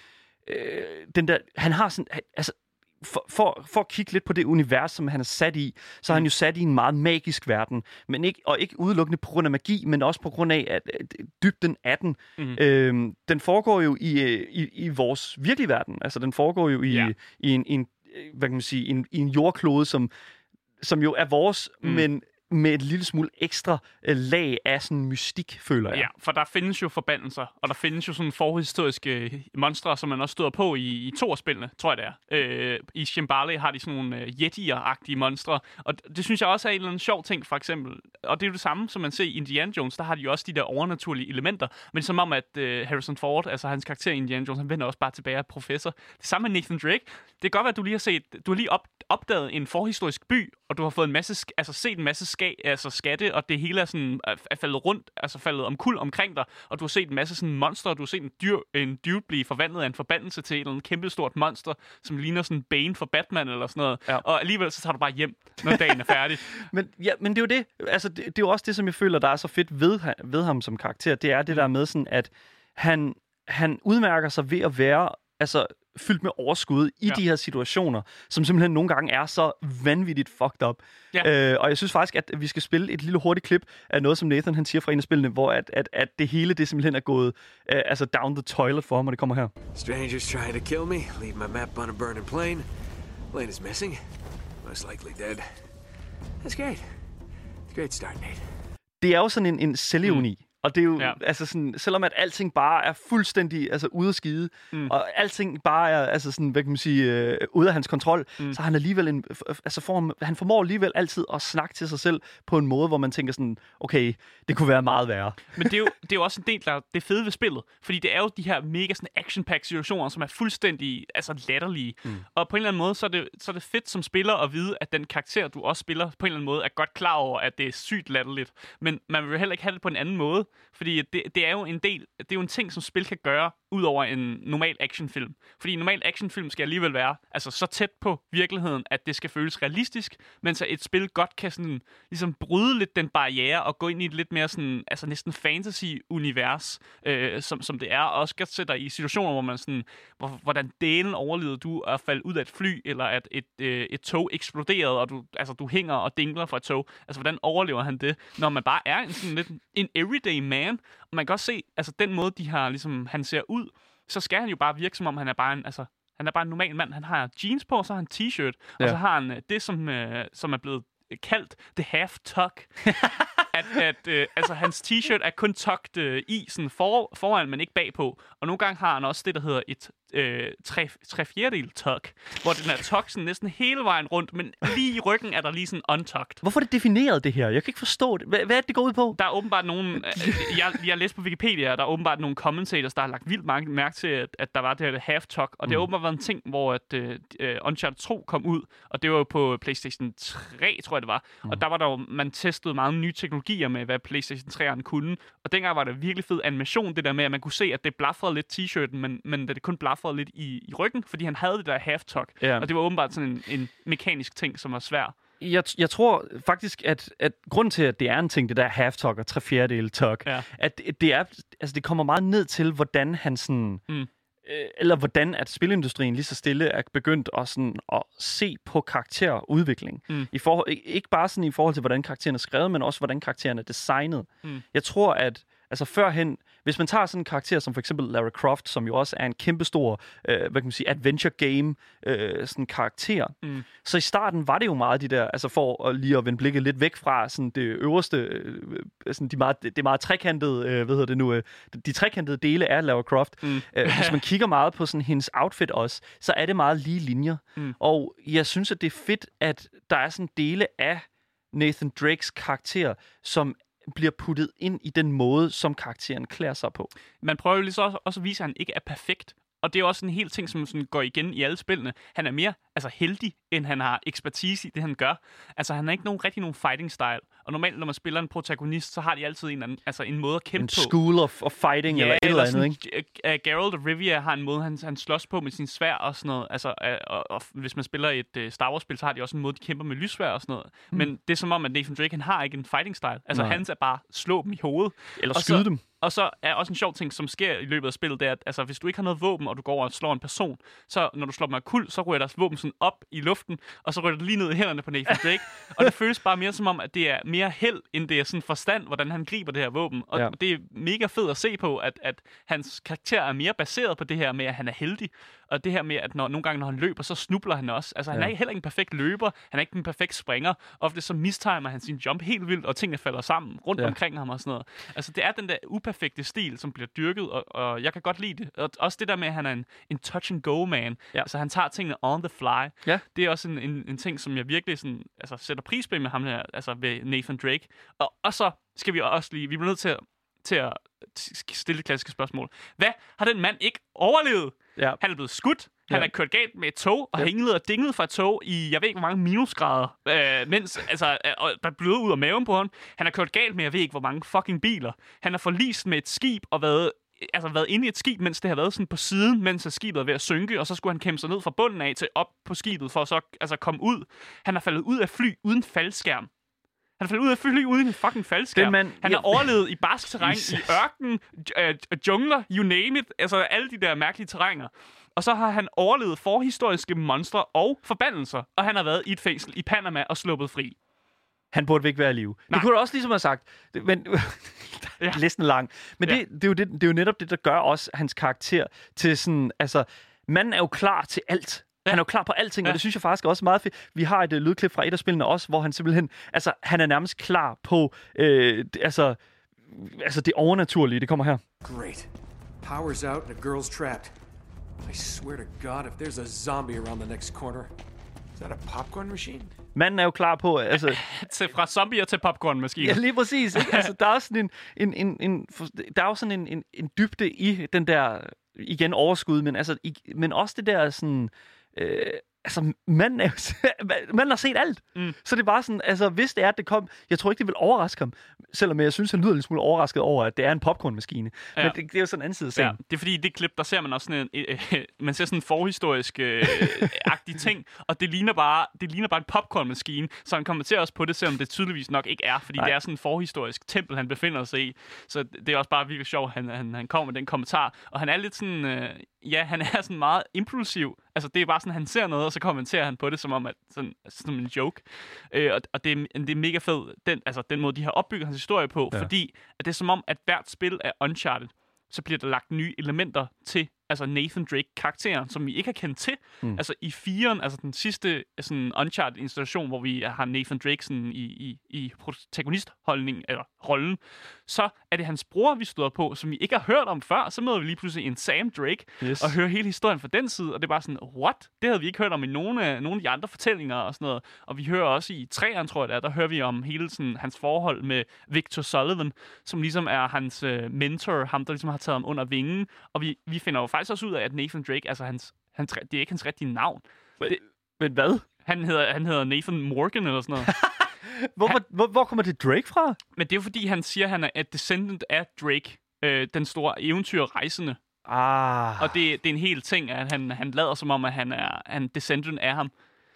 øh, den der, han har sådan, altså, For, for, for at kigge lidt på det univers, som han er sat i, så er han jo sat i en meget magisk verden. Men ikke, og ikke udelukkende på grund af magi, men også på grund af at, at dybden af den. Mm. Øhm, den foregår jo i, i, i vores virkelige verden. Altså, den foregår jo i, ja. i, en, i, en, hvad kan man sige, en, i en jordklode, som, som jo er vores, mm. men med et lille smule ekstra øh, lag af sådan mystik, føler jeg. Ja, for der findes jo forbandelser, og der findes jo sådan forhistoriske monstre, som man også støder på i, i to af spillene, tror jeg det er. Øh, I Shambhala har de sådan nogle øh, yetier-agtige monstre, og det synes jeg også er en eller anden sjov ting, for eksempel. Og det er jo det samme, som man ser i Indiana Jones, der har de jo også de der overnaturlige elementer, men som om, at øh, Harrison Ford, altså hans karakter i Indiana Jones, han vender også bare tilbage af professor. Det samme med Nathan Drake. Det kan godt være, at du lige har set, du har lige op, opdaget en forhistorisk by, og du har fået en masse, altså set en masse ska, altså skatte, og det hele er sådan er faldet rundt, altså faldet omkuld omkring dig, og du har set en masse sådan monster, du har set en dyr, en dyr blive forvandlet af en forbandelse til et eller andet kæmpestort monster, som ligner sådan Bane for Batman eller sådan noget, ja. Og alligevel så tager du bare hjem, når dagen er færdig. men, ja, men det er jo det, altså det, det er jo også det, som jeg føler, der er så fedt ved, ved ham som karakter, det er det der med sådan, at han, han udmærker sig ved at være, altså fyldt med overskud i ja. de her situationer, som simpelthen nogle gange er så vanvittigt fucked up. Ja. Øh, og jeg synes faktisk, at vi skal spille et lille hurtigt klip af noget, som Nathan han siger fra en af spillene, hvor at, at, at det hele det simpelthen er gået øh, altså down the toilet for ham, og det kommer her. Strangers trying to kill me, leave my map on a burning plane. Plane is missing. Most likely dead. That's great. It's a great start, Nate. Det er jo sådan en, en selvironi. Mm. Og det er jo, ja. altså sådan, selvom at alting bare er fuldstændig altså, ude at skide, mm. og alting bare er, altså sådan, hvad kan man sige, øh, ude af hans kontrol, mm. så har han alligevel en, altså for, han formår alligevel altid at snakke til sig selv på en måde, hvor man tænker sådan, okay, det kunne være meget værre. Men det er jo, det er jo også en del af det fede ved spillet, fordi det er jo de her mega sådan action-packed situationer, som er fuldstændig altså latterlige. Mm. Og på en eller anden måde, så er, det, så er det fedt som spiller at vide, at den karakter, du også spiller, på en eller anden måde er godt klar over, at det er sygt latterligt. Men man vil jo heller ikke have det på en anden måde. Fordi det, det er jo en del, det er jo en ting, som spil kan gøre, ud over en normal actionfilm. Fordi en normal actionfilm skal alligevel være altså, så tæt på virkeligheden, at det skal føles realistisk, mens et spil godt kan sådan, ligesom bryde lidt den barriere og gå ind i et lidt mere sådan, altså næsten fantasy-univers, øh, som, som det er, og også kan sætte dig i situationer, hvor man sådan, hvor, hvordan delen overlevede du at falde ud af et fly, eller at et, øh, et tog eksploderede, og du, altså, du hænger og dingler fra et tog. Altså, hvordan overlever han det, når man bare er en, sådan lidt, en everyday man? Og man kan også se, altså den måde, de har, ligesom, han ser ud, så skal han jo bare virke, som om han er bare en, altså, han er bare en normal mand. Han har jeans på, så har han en t-shirt, ja. Og så har han det, som, øh, som er blevet kaldt the half tuck. at, at øh, altså, hans t-shirt er kun tucked øh, i sådan for, foran, men ikke bagpå. Og nogle gange har han også det, der hedder et øh, tre, tre fjerdedel tuck, hvor den er tuck sådan næsten hele vejen rundt, men lige i ryggen er der lige sådan untucked. Hvorfor er det defineret, det her? Jeg kan ikke forstå det. Hvad, hvad er det, det går ud på? Der er åbenbart nogen... Øh, jeg, jeg har læst på Wikipedia, der er åbenbart nogle commentators, der har lagt vildt mange mærke til, at, at der var det her half tuck, og mm. det har åbenbart været en ting, hvor at, øh, Uncharted to kom ud, og det var jo på PlayStation tre, tror jeg det var, mm. og der var der jo, man testede meget nye teknologier med, hvad PlayStation tre'eren kunne, og dengang var det virkelig fed animation, det der med, at man kunne se, at det blafrede lidt t-shirten, men, men det kun blafrede lidt i, i ryggen, fordi han havde det der half tuck, yeah. Og det var åbenbart sådan en, en mekanisk ting, som var svær. Jeg, jeg tror faktisk, at, at grund til, at det er en ting, det der half-talk og tre fjerdedele talk, Ja. at det, er, altså det kommer meget ned til, hvordan han sådan... Mm. Øh, eller hvordan at spilindustrien lige så stille er begyndt at, sådan, at se på karakterudvikling. Mm. I forhold, ikke bare sådan i forhold til, hvordan karakteren er skrevet, men også, hvordan karakteren er designet. Mm. Jeg tror, at altså førhen, hvis man tager sådan en karakter som for eksempel Lara Croft, som jo også er en kæmpestor, øh, hvad kan man sige, adventure game øh, sådan karakter. Mm. Så i starten var det jo meget de der, altså for at lige at vende blikket lidt væk fra sådan det øverste, øh, sådan de meget, det meget trekantede, øh, hvad hedder det nu, øh, de trekantede dele af Lara Croft. Mm. Øh, hvis man kigger meget på sådan hendes outfit også, så er det meget lige linjer. Mm. Og jeg synes, at det er fedt, at der er sådan dele af Nathan Drakes karakter, som bliver puttet ind i den måde, som karakteren klæder sig på. Man prøver jo lige så også, også at vise, at han ikke er perfekt. Og det er også en hel ting, som sådan går igen i alle spillene. Han er mere altså, heldig, end han har ekspertise i det, han gør. Altså, han har ikke nogen, rigtig nogen fighting style. Og normalt, når man spiller en protagonist, så har de altid en, anden, altså, en måde at kæmpe en på. En school of, of fighting, ja, eller et eller, eller andet, ikke? Uh, Geralt of Rivia har en måde, han, han slås på med sin sværd og sådan noget. Altså, uh, og, og hvis man spiller et uh, Star Wars-spil, så har de også en måde, de kæmper med lyssværd og sådan noget. Mm. Men det er som om, at Nathan Drake, han har ikke en fighting style. Altså, hans er bare slå dem i hovedet. Eller skyde så, dem. Og så er også en sjov ting, som sker i løbet af spillet, det er, at altså, hvis du ikke har noget våben, og du går over og slår en person, så når du slår dem af kul, så ryger deres våben sådan op i luften, og så ryger det lige ned i hænderne på Nathan Drake. Og det føles bare mere som om, at det er mere held, end det er sådan forstand, hvordan han griber det her våben. Og ja. Det er mega fedt at se på, at, at hans karakter er mere baseret på det her med, at han er heldig. Og det her med, at når, nogle gange, når han løber, så snubler han også. Altså, han ja. er heller ikke en perfekt løber. Han er ikke en perfekt springer. Ofte så mistimer han sin jump helt vildt, og tingene falder sammen rundt ja. omkring ham og sådan noget. Altså, det er den der uperfekte stil, som bliver dyrket, og, og jeg kan godt lide det. Og også det der med, at han er en, en touch-and-go-man. Ja. Altså, han tager tingene on the fly. Ja. Det er også en, en, en ting, som jeg virkelig sådan, altså, sætter pris på med ham her, altså ved Nathan Drake. Og, og så skal vi også lige, vi bliver nødt til at, til at stille det klassiske spørgsmål. Hvad har den mand ikke overlevet? Ja. Han er blevet skudt. Han ja. er kørt galt med et tog, og ja. hænget og dinget fra et tog i, jeg ved ikke, hvor mange minusgrader, øh, mens altså, øh, der bløder ud af maven på ham. Han har kørt galt med, jeg ved ikke, hvor mange fucking biler. Han har forlist med et skib og været, altså, været inde i et skib, mens det har været sådan på siden, mens skibet er ved at synke, og så skulle han kæmpe sig ned fra bunden af til op på skibet, for at så altså, komme ud. Han har faldet ud af fly uden faldskærm. Han er faldet ud af fly uden en fucking faldskærm. Man, han har ja. overlevet i barsk terræn, i ørken, øh, jungler, you name it. Altså alle de der mærkelige terrænger. Og så har han overlevet forhistoriske monstre og forbandelser. Og han har været i et fængsel i Panama og sluppet fri. Han burde ikke være i live. Nej. Det kunne du også ligesom have sagt. Men ja. listen lang. Men ja. det, det, er jo det, det er jo netop det, der gør også hans karakter til sådan... Altså, manden er jo klar til alt. Ja. Han er jo klar på alting, ja. og det synes jeg faktisk også er meget fedt. Vi har et uh, lydklip fra et af spillene også, hvor han simpelthen... Altså, han er nærmest klar på... Øh, altså, altså, det overnaturlige. Det kommer her. Great. Power's out and a girl's trapped. I swear to God, if there's a zombie around the next corner. Is that a popcorn machine? Manden er jo klar på... Altså, til fra zombier til popcornmaskiner. Ja, lige præcis. Ikke? Altså, der er også sådan en, en, en, en, der er jo sådan en, en, en dybde i den der... Igen overskud, men, altså, i, men også det der sådan... Øh, altså, manden, er jo, manden har set alt. Mm. Så det er bare sådan, altså, hvis det er, at det kom... Jeg tror ikke, det vil overraske ham. Selvom jeg synes, han lyder lidt smule overrasket over, at det er en popcornmaskine. Ja. Men det, det er jo sådan en anden side af scenen. Ja, det er fordi, i det klip, der ser man også sådan en... Øh, øh, man ser sådan en forhistorisk øh, agtig ting, og det ligner bare det ligner bare en popcornmaskine, så han kommenterer også på det, selvom det tydeligvis nok ikke er, fordi Nej. det er sådan en forhistorisk tempel, han befinder sig i. Så det er også bare virkelig sjovt, han, han, han kommer med den kommentar. Og han er lidt sådan... Øh, ja, han er sådan meget impulsiv. Altså, det er bare sådan, han ser noget, og så kommenterer han på det, som om, at sådan, som en joke. Øh, og og det, er, det er mega fedt, den, altså, den måde, de har opbygget hans historie på, ja. fordi at det er som om, at hvert spil er Uncharted, så bliver der lagt nye elementer til altså Nathan Drake-karakteren, som vi ikke har kendt til. Mm. Altså i firen, altså den sidste sådan Uncharted-installation, hvor vi har Nathan Drake sådan, i, i, i protagonistholdning, eller rollen, så er det hans bror, vi støder på, som vi ikke har hørt om før. Så møder vi lige pludselig en Sam Drake, yes. og hører hele historien fra den side, og det er bare sådan, what? Det havde vi ikke hørt om i nogen af, nogle af de andre fortællinger og sådan noget. Og vi hører også i træerne, tror jeg det er, der hører vi om hele sådan, hans forhold med Victor Sullivan, som ligesom er hans øh, mentor, ham der ligesom har taget ham under vingen. Og vi, vi finder jo faktisk også ud af, at Nathan Drake, altså hans, hans, det er ikke hans rigtige navn. Men, det, men hvad? Han hedder, han hedder Nathan Morgan eller sådan noget. hvor, han, hvor, hvor kommer det Drake fra? Men det er jo fordi, han siger, at han er et descendant af Drake, øh, den store eventyrrejsende. Ah. Og det, det er en hel ting, at han, han lader som om, at han er en descendant af ham.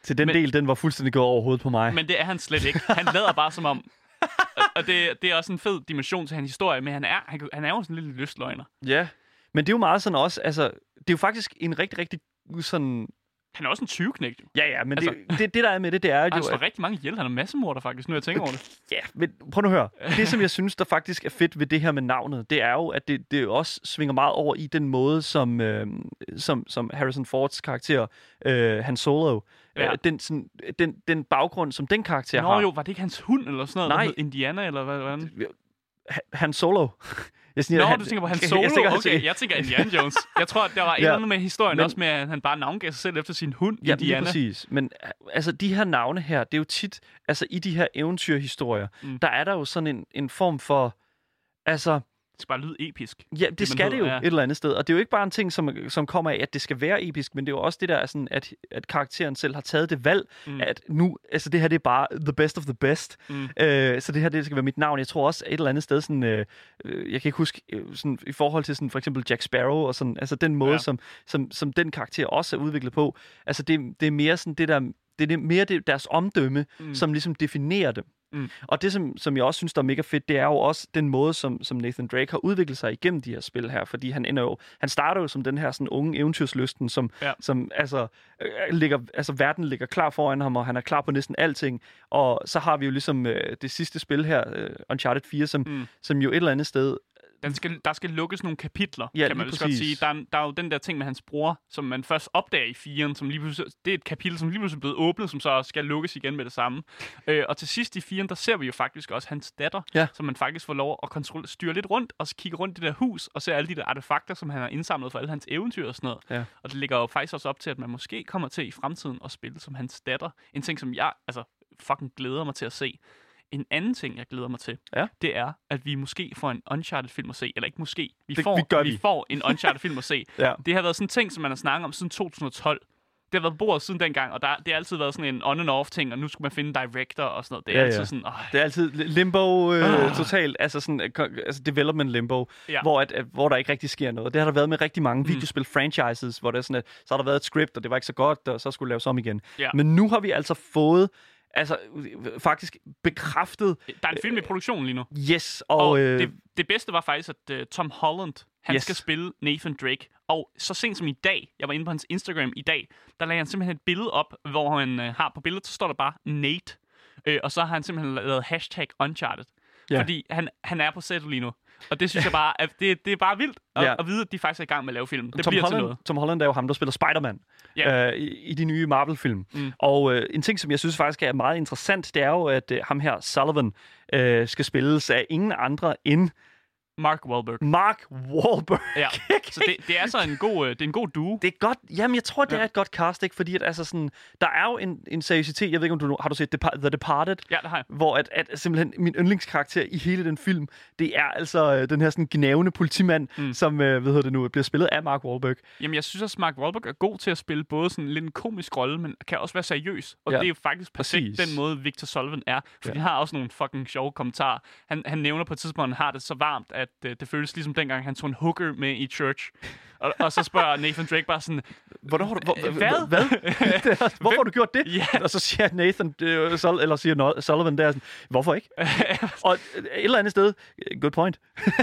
til den Men- del, den var fuldstændig gået over hovedet på mig. Men det er han slet ikke. Han lader bare som om... og- Og det, det er også en fed dimension til hans historie, men han er, han, han er jo sådan en lille lystløgner. Ja, men det er jo meget sådan også, altså, det er jo faktisk en rigtig, rigtig sådan... Han er også en tyveknægt. Ja, ja, men Altså- det, det, det, der er med det, det er jo... Han slår at- rigtig mange ihjel. Han er massemorder faktisk, nu jeg tænker over det. Ja, men prøv nu at høre. Det, som jeg synes, der faktisk er fedt ved det her med navnet, det er jo, at det, det også svinger meget over i den måde, som, øh, som, som Harrison Fords karakter, øh, Han Solo, Ja. øh, den, sådan, den, den baggrund, som den karakter Nå har. jo, var det ikke hans hund eller sådan noget? Nej. Der hed Indiana eller hvad? Hvordan? Ha- Han Solo. Jeg siger, Nå, han, du tænker på Han jeg- Solo? jeg tænker, han- Okay, jeg tænker Indiana Jones. Jeg tror, der var et Ja, eller andet med historien men- også med, at han bare navngav sig selv efter sin hund, Ja, lige Indiana. præcis. Men altså, de her navne her, det er jo tit, altså i de her eventyrhistorier, Mm. der er der jo sådan en, en form for, altså, Det skal bare lyde episk. ja, det, man det skal det jo hedder, ja. et eller andet sted. Og det er jo ikke bare en ting, som, som kommer af, at det skal være episk, men det er jo også det der, sådan, at, at karakteren selv har taget det valg, Mm. mm. at nu, altså det her, det er bare the best of the best. Mm. Øh, så det her, det skal være mit navn. Jeg tror også et eller andet sted, sådan, øh, øh, jeg kan ikke huske, øh, sådan, i forhold til sådan, for eksempel Jack Sparrow, og sådan, altså den måde, Ja. ja. som, som, som den karakter også er udviklet på, altså det, det er mere sådan det der, det er det, mere det, deres omdømme, Mm. mm. som ligesom definerer dem. Mm. Og det, som, som jeg også synes, der er mega fedt, det er jo også den måde, som, som Nathan Drake har udviklet sig igennem de her spil her, fordi han ender jo, han starter jo som den her sådan unge eventyrslysten, som, Ja. som altså, øh, ligger, altså verden ligger klar foran ham, og han er klar på næsten alting. Og så har vi jo ligesom øh, det sidste spil her, øh, Uncharted fire, som, Mm. som jo et eller andet sted... Den skal, der skal lukkes nogle kapitler, Ja, kan man lige vist godt præcis. sige. Der er, der er jo den der ting med hans bror, som man først opdager i firen, som lige pludselig, det er et kapitel, som lige pludselig er blevet åbnet, som så skal lukkes igen med det samme. Øh, og til sidst i firen, der ser vi jo faktisk også hans datter, Ja. som man faktisk får lov at kontrollere, styre lidt rundt, og så kigge rundt i det der hus, og se alle de der artefakter, som han har indsamlet for alle hans eventyr og sådan noget. Ja. Og det ligger jo faktisk også op til, at man måske kommer til i fremtiden at spille som hans datter. En ting, som jeg altså fucking glæder mig til at se. En anden ting, jeg glæder mig til, Ja. det er, at vi måske får en Uncharted-film at se. Eller ikke måske. Vi, Det- får, vi gør vi vi. får en Uncharted-film at se. Ja. Det har været sådan en ting, som man har snakket om siden to tusind og tolv. Det har været på bordet siden dengang, og der, det har altid været sådan en on-and-off-ting, og nu skulle man finde director og sådan noget. Det er Ja, altid ja. sådan, åh, Det er altid limbo øh, Ah. totalt, altså sådan øh, ko- altså development limbo, Ja. ja. hvor, at, at, hvor der ikke rigtig sker noget. Det har der været med rigtig mange Mm. videospil-franchises, hvor det er sådan, at så har der været et script, og det var ikke så godt, og så skulle det laves om igen. Ja. Men nu har vi altså fået, altså øh, faktisk bekræftet, der er en film i produktion lige nu. yes, og, Og, og øh, øh, det, det bedste var faktisk, at uh, Tom Holland, han Yes. skal spille Nathan Drake. Og så sent som i dag, jeg var inde på hans Instagram i dag, der lagde han simpelthen et billede op, hvor han uh, har på billedet, så står der bare Nate. Øh, og så har han simpelthen lavet hashtag Uncharted. Ja. Fordi han, han er på sættet lige nu. Og det synes jeg bare, at det, det er bare vildt at, Ja. at vide, at de faktisk er i gang med at lave film. Det Tom bliver til Holland, noget. Tom Holland er jo ham, der spiller Spider-Man Ja. øh, i, i de nye Marvel-film. Mm. Og øh, en ting, som jeg synes faktisk er meget interessant, det er jo, at øh, ham her, Sullivan, øh, skal spilles af ingen andre end Mark Wahlberg. Mark Wahlberg. Ja. Så det, det er så en god, øh, det er en god duo. Det er godt. Jamen, jeg tror, det Ja. er et godt cast, ikke? Fordi at, altså, sådan, der er jo en, en seriøsitet. Jeg ved ikke, om du har du set Depar- The Departed? Ja, det har jeg. Hvor at, at simpelthen min yndlingskarakter i hele den film, det er altså øh, den her sådan gnævende politimand, Mm. mm. som øh, hvad hedder det nu, bliver spillet af Mark Wahlberg. Jamen, jeg synes også, at Mark Wahlberg er god til at spille både sådan lidt en komisk rolle, men kan også være seriøs. Og Ja, det er jo faktisk perfekt præcis. den måde, Victor Sullivan er. For Ja. han har også nogle fucking sjove kommentarer. Han, han nævner på et tidspunkt, at han har det så varmt, at uh, det føles ligesom dengang, han tog en hooker med i church. Og, og så spørger Nathan Drake bare sådan, Hvornår har du, hvor, Hvad? hvad? Hvorfor har du gjort det? Ja. Og så siger Nathan, øh, Sul- eller siger no- Sullivan der, sådan, hvorfor ikke? Og øh, et eller andet sted, good point.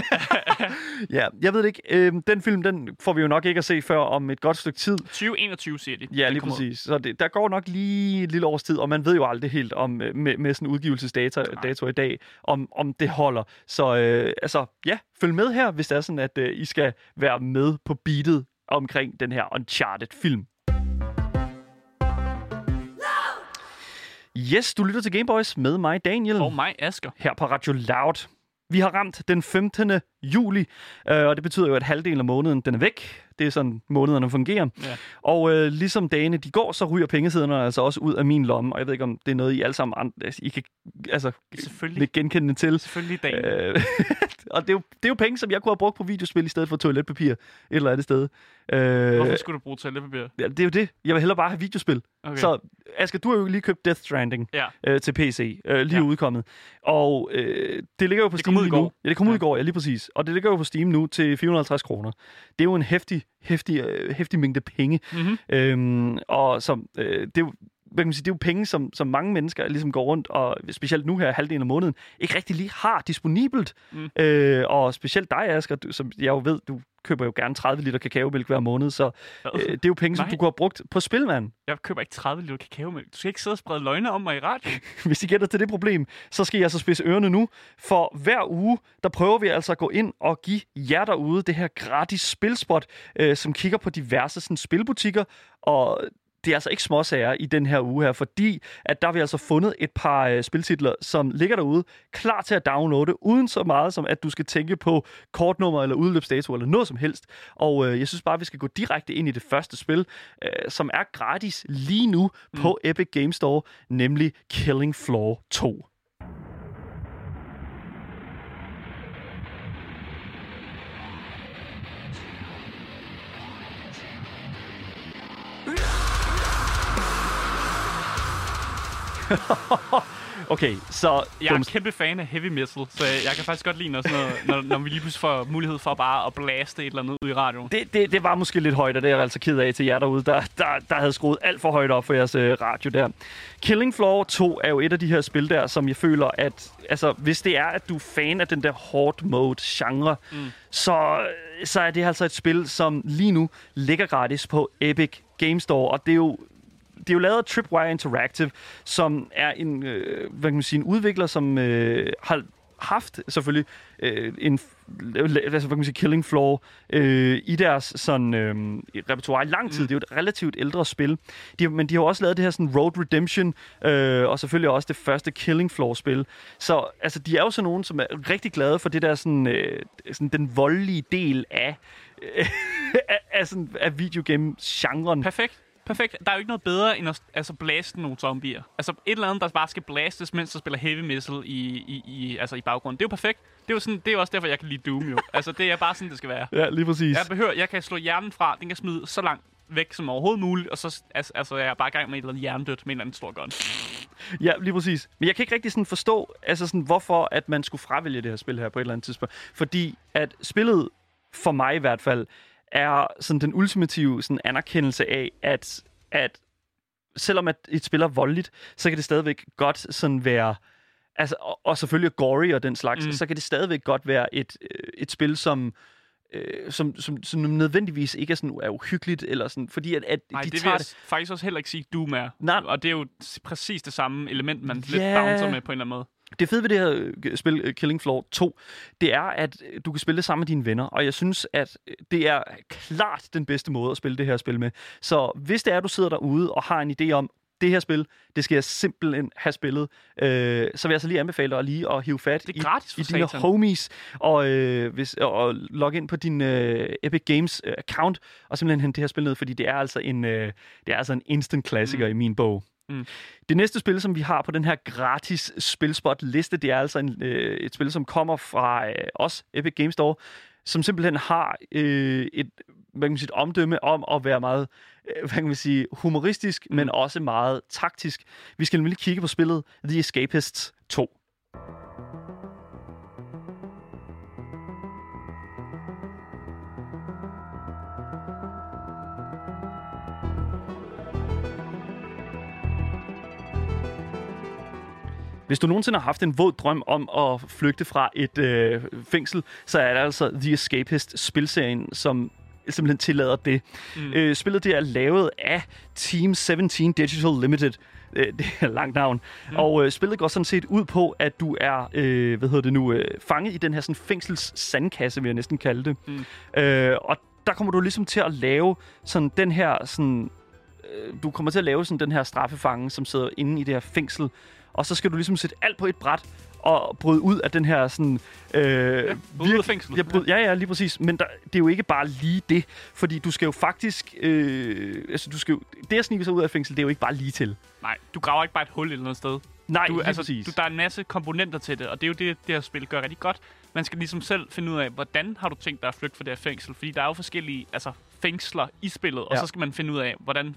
Ja, jeg ved det ikke. Øhm, den film, den får vi jo nok ikke at se før om et godt stykke tid. tyve enogtyve, siger de. Ja, Den lige kommer ud. præcis. Så det, der går nok lige et lille års tid, og man ved jo aldrig helt om øh, med, med sådan udgivelsesdata dato i dag, om, om det holder. Så øh, altså, ja, følg med her, hvis det er sådan, at øh, I skal være med på beatet omkring den her Uncharted-film. Yes, du lytter til Gameboys med mig, Daniel, Og mig, Asger. her på Radio Loud. Vi har ramt den femtende juli, øh, og det betyder jo, at halvdelen af måneden den er væk. Det er sådan, månederne fungerer. Ja. Og øh, ligesom dagene de går, så ryger pengesedlerne altså også ud af min lomme. Og jeg ved ikke, om det er noget, I alle sammen andre, I kan altså, Selvfølgelig. lidt genkendende til. Selvfølgelig dagen. Øh, og det er, jo, det er jo penge, som jeg kunne have brugt på videospil i stedet for toiletpapir et eller andet sted. Øh, Hvorfor skulle du bruge toiletpapir? ja, det er jo det. Jeg vil hellere bare have videospil. Okay. Så Asger, du har jo lige købt Death Stranding Ja. øh, til P C, øh, lige Ja. udkommet. Og øh, det ligger jo på Det Steam kom ud i lige nu. går. Ja, det kom ud Ja. i går, ja lige præcis. Og det ligger jo på Steam nu til fire hundrede og halvtreds kroner. Det er jo en hæftig, hæftig, øh, hæftig mængde penge. Mm-hmm. Øhm, og som, øh, det er jo, hvad kan man sige, det er jo penge, som, som mange mennesker ligesom går rundt, og specielt nu her halvdelen af måneden, ikke rigtig lige har disponibelt. Mm. Øh, og specielt dig, Asger, du, som jeg jo ved, du køber jo gerne tredive liter kakaomælk hver måned, så øh, det er jo penge, som du kunne have brugt på spil, mand. Jeg køber ikke tredive liter kakaomælk. Du skal ikke sidde og sprede løgne om mig i radio. Hvis I gætter til det problem, så skal jeg så spidse ørerne nu, for hver uge, der prøver vi altså at gå ind og give jer derude det her gratis spilspot, øh, som kigger på diverse sådan, spilbutikker, og det er altså ikke småsager i den her uge her, fordi at der har vi altså fundet et par øh, spiltitler, som ligger derude, klar til at downloade, uden så meget som, at du skal tænke på kortnummer eller udløbsdato eller noget som helst. Og øh, jeg synes bare, at vi skal gå direkte ind i det første spil, øh, som er gratis lige nu mm. på Epic Games Store, nemlig Killing Floor to. Okay, så... Jeg er en kæmpe fan af heavy metal, så jeg kan faktisk godt lide, når, sådan noget, når, når vi lige pludselig får mulighed for bare at blaste et eller andet ud i radioen. Det, det, det var måske lidt højt, og det er jeg altså ked af til jer derude, der, der, der havde skruet alt for højt op for jeres øh, radio der. Killing Floor to er jo et af de her spil der, som jeg føler, at altså, hvis det er, at du er fan af den der hard mode genre, mm. så, så er det altså et spil, som lige nu ligger gratis på Epic Games Store, og det er jo Det er jo lavet af Tripwire Interactive, som er en, øh, hvad kan man sige, en udvikler, som øh, har haft selvfølgelig øh, en, altså, hvad kan man sige, Killing Floor øh, i deres sådan, øh, repertoire i lang tid. Mm. Det er jo et relativt ældre spil. De, men de har også lavet det her sådan Road Redemption, øh, og selvfølgelig også det første Killing Floor-spil. Så altså, de er jo sådan nogen, som er rigtig glade for det der sådan, øh, sådan den voldelige del af, øh, af, af, sådan, af videogame-genren. Perfekt. Perfekt. Der er jo ikke noget bedre end at altså, blaste nogle zombier. Altså et eller andet, der bare skal blastes, mens der spiller heavy metal i, i, i, altså, i baggrunden. Det er jo perfekt. Det er jo, sådan, det er jo også derfor, jeg kan lide Doom jo. Altså det er bare sådan, det skal være. Ja, lige præcis. Jeg behøver, jeg kan slå hjernen fra, den kan smide så langt væk som overhovedet muligt, og så altså, altså, jeg er bare i gang med et eller andet hjernedødt med en eller anden stor gun. Ja, lige præcis. Men jeg kan ikke rigtig sådan forstå, altså sådan, hvorfor at man skulle fravælge det her spil her på et eller andet tidspunkt. Fordi at spillet, for mig i hvert fald, er sådan den ultimative sådan anerkendelse af, at, at selvom at et spil er voldeligt, så kan det stadigvæk godt sådan være, altså, og, og selvfølgelig gory og den slags, mm. så kan det stadigvæk godt være et, et spil, som, øh, som, som, som nødvendigvis ikke er, sådan, er uhyggeligt, eller sådan, fordi at, at Nej, de det tager vil jeg det faktisk også heller ikke sige, du er. Nej. Og det er jo præcis det samme element, man Ja. lidt bouncer med på en eller anden måde. Det fede ved det her spil, Killing Floor to, det er, at du kan spille det sammen med dine venner, og jeg synes, at det er klart den bedste måde at spille det her spil med. Så hvis det er, at du sidder derude og har en idé om, det her spil, det skal jeg simpelthen have spillet, øh, så vil jeg så lige anbefale dig lige at hive fat det er gratis i, i dine satan. homies, og, øh, hvis, og logge ind på din øh, Epic Games øh, account, og simpelthen hente det her spil ned, fordi det er altså en, øh, det er altså en instant klassiker mm. i min bog. Mm. Det næste spil, som vi har på den her gratis spilspot-liste, det er altså en, øh, et spil, som kommer fra øh, os, Epic Games Store, som simpelthen har øh, et, hvad kan man sige, et omdømme om at være meget øh, hvad kan man sige, humoristisk, mm. men også meget taktisk. Vi skal nemlig kigge på spillet The Escapists to. Hvis du nogensinde har haft en våd drøm om at flygte fra et øh, fængsel, så er det altså The Escapist spilserien, som simpelthen tillader det. Mm. Øh, spillet det er lavet af Team sytten Digital Limited. Øh, det er et langt navn. Mm. Og øh, spillet går sådan set ud på, at du er øh, hvad hedder det nu, øh, fanget i den her sådan, fængsels sandkasse, vil jeg næsten kalde det. Mm. Øh, og der kommer du ligesom til at lave sådan den her sådan, øh, du kommer til at lave sådan den her straffefange, som sidder inde i det her fængsel. Og så skal du ligesom sætte alt på et bræt og bryde ud af den her sådan... Øh, ja, bryde ud af fængslet. Ja, bryde, ja, ja, lige præcis. Men der, det er jo ikke bare lige det, fordi du skal jo faktisk... Øh, altså, du skal jo, det at snige sig ud af fængsel, det er jo ikke bare lige til. Nej, du graver ikke bare et hul et eller andet sted. Nej, du, lige altså, præcis. Du, der er en masse komponenter til det, og det er jo det, det her spil gør rigtig godt. Man skal ligesom selv finde ud af, hvordan har du tænkt dig at flygte fra det her fængsel? Fordi der er jo forskellige altså, fængsler i spillet, og ja. så skal man finde ud af, hvordan...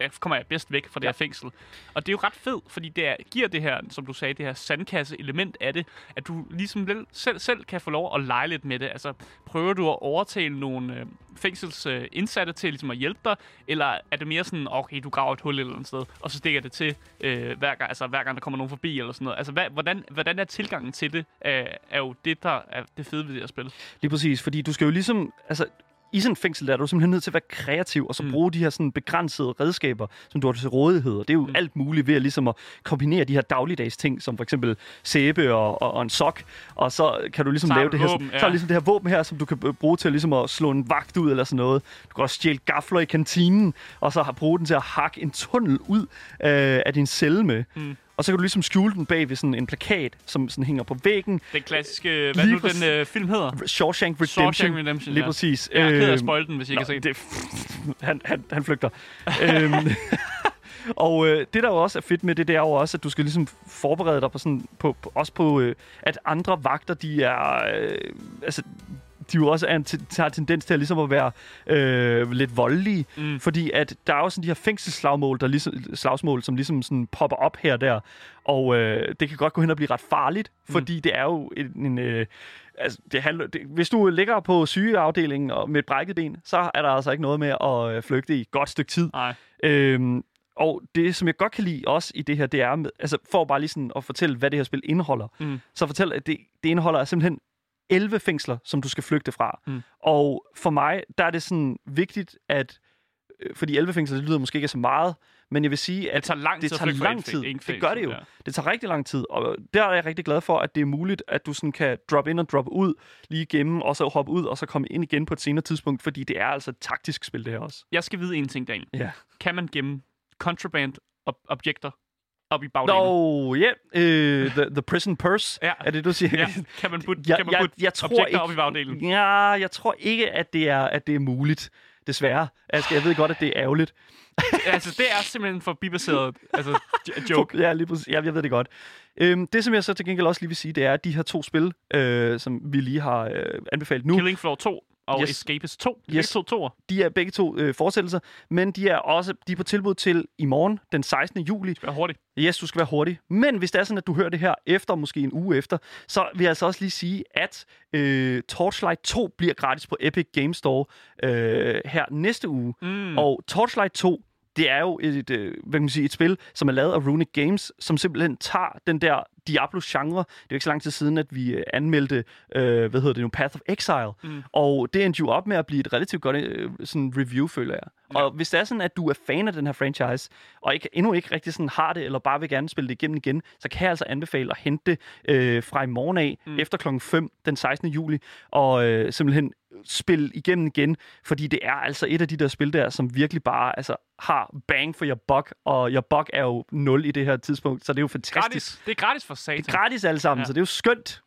kommer jeg bedst væk fra det Ja. her fængsel. Og det er jo ret fedt, fordi det er, giver det her, som du sagde, det her sandkasse-element af det, at du ligesom selv, selv kan få lov at lege lidt med det. Altså, prøver du at overtale nogle øh, fængselsindsatte øh, til ligesom at hjælpe dig, eller er det mere sådan, okay, du graver et hul et eller andet sted, og så stikker det til øh, hver gang, altså hver gang der kommer nogen forbi eller sådan noget. Altså, hvad, hvordan, hvordan er tilgangen til det, øh, er jo det, der er det fede ved det her spil. Lige præcis, fordi du skal jo ligesom... Altså, i sådan et fængsel der er du simpelthen nødt til at være kreativ, og så Mm. bruge de her sådan begrænsede redskaber, som du har til rådighed. Og det er jo Mm. alt muligt ved at, ligesom at kombinere de her dagligdags ting, som for eksempel sæbe og, og, og en sok. Og så kan du ligesom Så har lave du det her, våben, så er ja. ligesom det her våben her, som du kan b- bruge til at, ligesom at slå en vagt ud eller sådan noget. Du kan også stjæle gafler i kantinen, og så har bruge den til at hakke en tunnel ud øh, af din celle med. Mm. Og så kan du ligesom skjule den bag ved sådan en plakat, som sådan hænger på væggen. Den klassiske, hvad Lige nu præcis. den øh, film hedder? Shawshank Redemption. Shawshank Redemption, Lige ja. præcis. Jeg er ked af at Øhm, spoil den, hvis I ikke har set det, han, han, han flygter. øhm, og øh, det, der jo også er fedt med det, det er jo også, at du skal ligesom forberede dig på sådan, på, på, også på, øh, at andre vagter, de er, øh, altså, de jo også er en t- har tendens til at, ligesom at være øh, lidt voldelige, Mm. fordi at der er jo sådan de her fængselsslagsmål, der ligesom, slagsmål, som ligesom sådan popper op her og der, og øh, det kan godt gå hen og blive ret farligt, fordi det er jo en, en øh, altså, det handler, det, hvis du ligger på sygeafdelingen og med et brækket ben, så er der altså ikke noget med at øh, flygte i et godt stykke tid. Nej. Øhm, og det, som jeg godt kan lide også i det her, det er, med, altså for bare lige sådan at fortælle, hvad det her spil indeholder, Mm. så fortæl, at det, det indeholder simpelthen elleve fængsler, som du skal flygte fra. Mm. Og for mig, der er det sådan vigtigt, at øh, fordi elleve fængsler, det lyder måske ikke så meget, men jeg vil sige, at Det tager lang tid det at tager flygte fra lang et tid. fæ- en Det gør det fængsel, jo. ja. Det tager rigtig lang tid, og der er jeg rigtig glad for, at det er muligt, at du sådan kan drop ind og drop ud lige igennem, og så hoppe ud, og så komme ind igen på et senere tidspunkt, fordi det er altså et taktisk spil, det her også. Jeg skal vide en ting, Daniel. Ja. Kan man gemme contraband ob- objekter op i bagdelen? Nå, ja, yeah. uh, the, the prison purse, Ja. er det, du siger? Ja. Kan man putte, Jeg- kan man jeg- putte jeg tror objekter ikke- op i bagdelen? Ja, jeg tror ikke, at det er, at det er muligt, desværre. Altså, jeg ved godt, at det er ærgerligt. Altså, det er simpelthen for bibaseret altså, j- joke. Ja, lige præcis. Ja, jeg ved det godt. Øhm, det, som jeg så til gengæld også lige vil sige, det er, at de her to spil, øh, som vi lige har øh, anbefalet nu, Killing Floor to og Yes. Escapist to. Yes. Yes. to toer. de er begge to øh, fortsættelser, men de er også de er på tilbud til i morgen, den sekstende juli. Vær hurtigt. Yes, du skal være hurtig. Men hvis det er sådan, at du hører det her efter, måske en uge efter, så vil jeg altså også lige sige, at øh, Torchlight to bliver gratis på Epic Games Store øh, her næste uge. Mm. Og Torchlight to, det er jo et, øh, hvad kan man sige, et spil, som er lavet af Runic Games, som simpelthen tager den der Diablo-genre. Det er jo ikke så lang tid siden, at vi øh, anmeldte, øh, hvad hedder det nu, Path of Exile. Mm. Og det endte jo op med at blive et relativt godt øh, sådan review, føler jeg. Ja. Og hvis det er sådan, at du er fan af den her franchise, og ikke, endnu ikke rigtig sådan har det, eller bare vil gerne spille det igennem igen, så kan jeg altså anbefale at hente det øh, fra i morgen af, Mm. efter klokken fem den sekstende juli, og øh, simpelthen spille igennem igen, fordi det er altså et af de der spil der, som virkelig bare altså, har bang for your buck, og your buck er jo nul i det her tidspunkt, så det er jo fantastisk. Gratis. Det er gratis for satan. Det er gratis alle sammen, Ja. ja. Så det er jo skønt.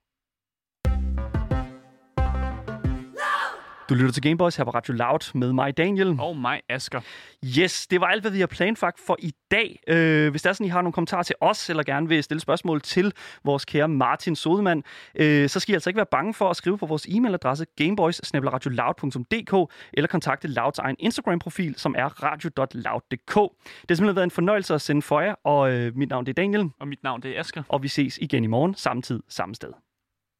Du lytter til Gameboys her på Radio Loud med mig, Daniel. Og mig, Asger. Yes, det var alt, hvad vi har planlagt for i dag. Øh, hvis der er sådan, I har nogle kommentarer til os, eller gerne vil stille spørgsmål til vores kære Martin Sodemann, øh, så skal I altså ikke være bange for at skrive på vores e-mailadresse gameboys snabel-a radioloud punktum d k eller kontakte Louds egen Instagram-profil, som er radio punktum loud punktum d k. Det har simpelthen været en fornøjelse at sende for jer, og øh, mit navn det er Daniel, Og mit navn det er Asger. og vi ses igen i morgen, samme tid, samme sted.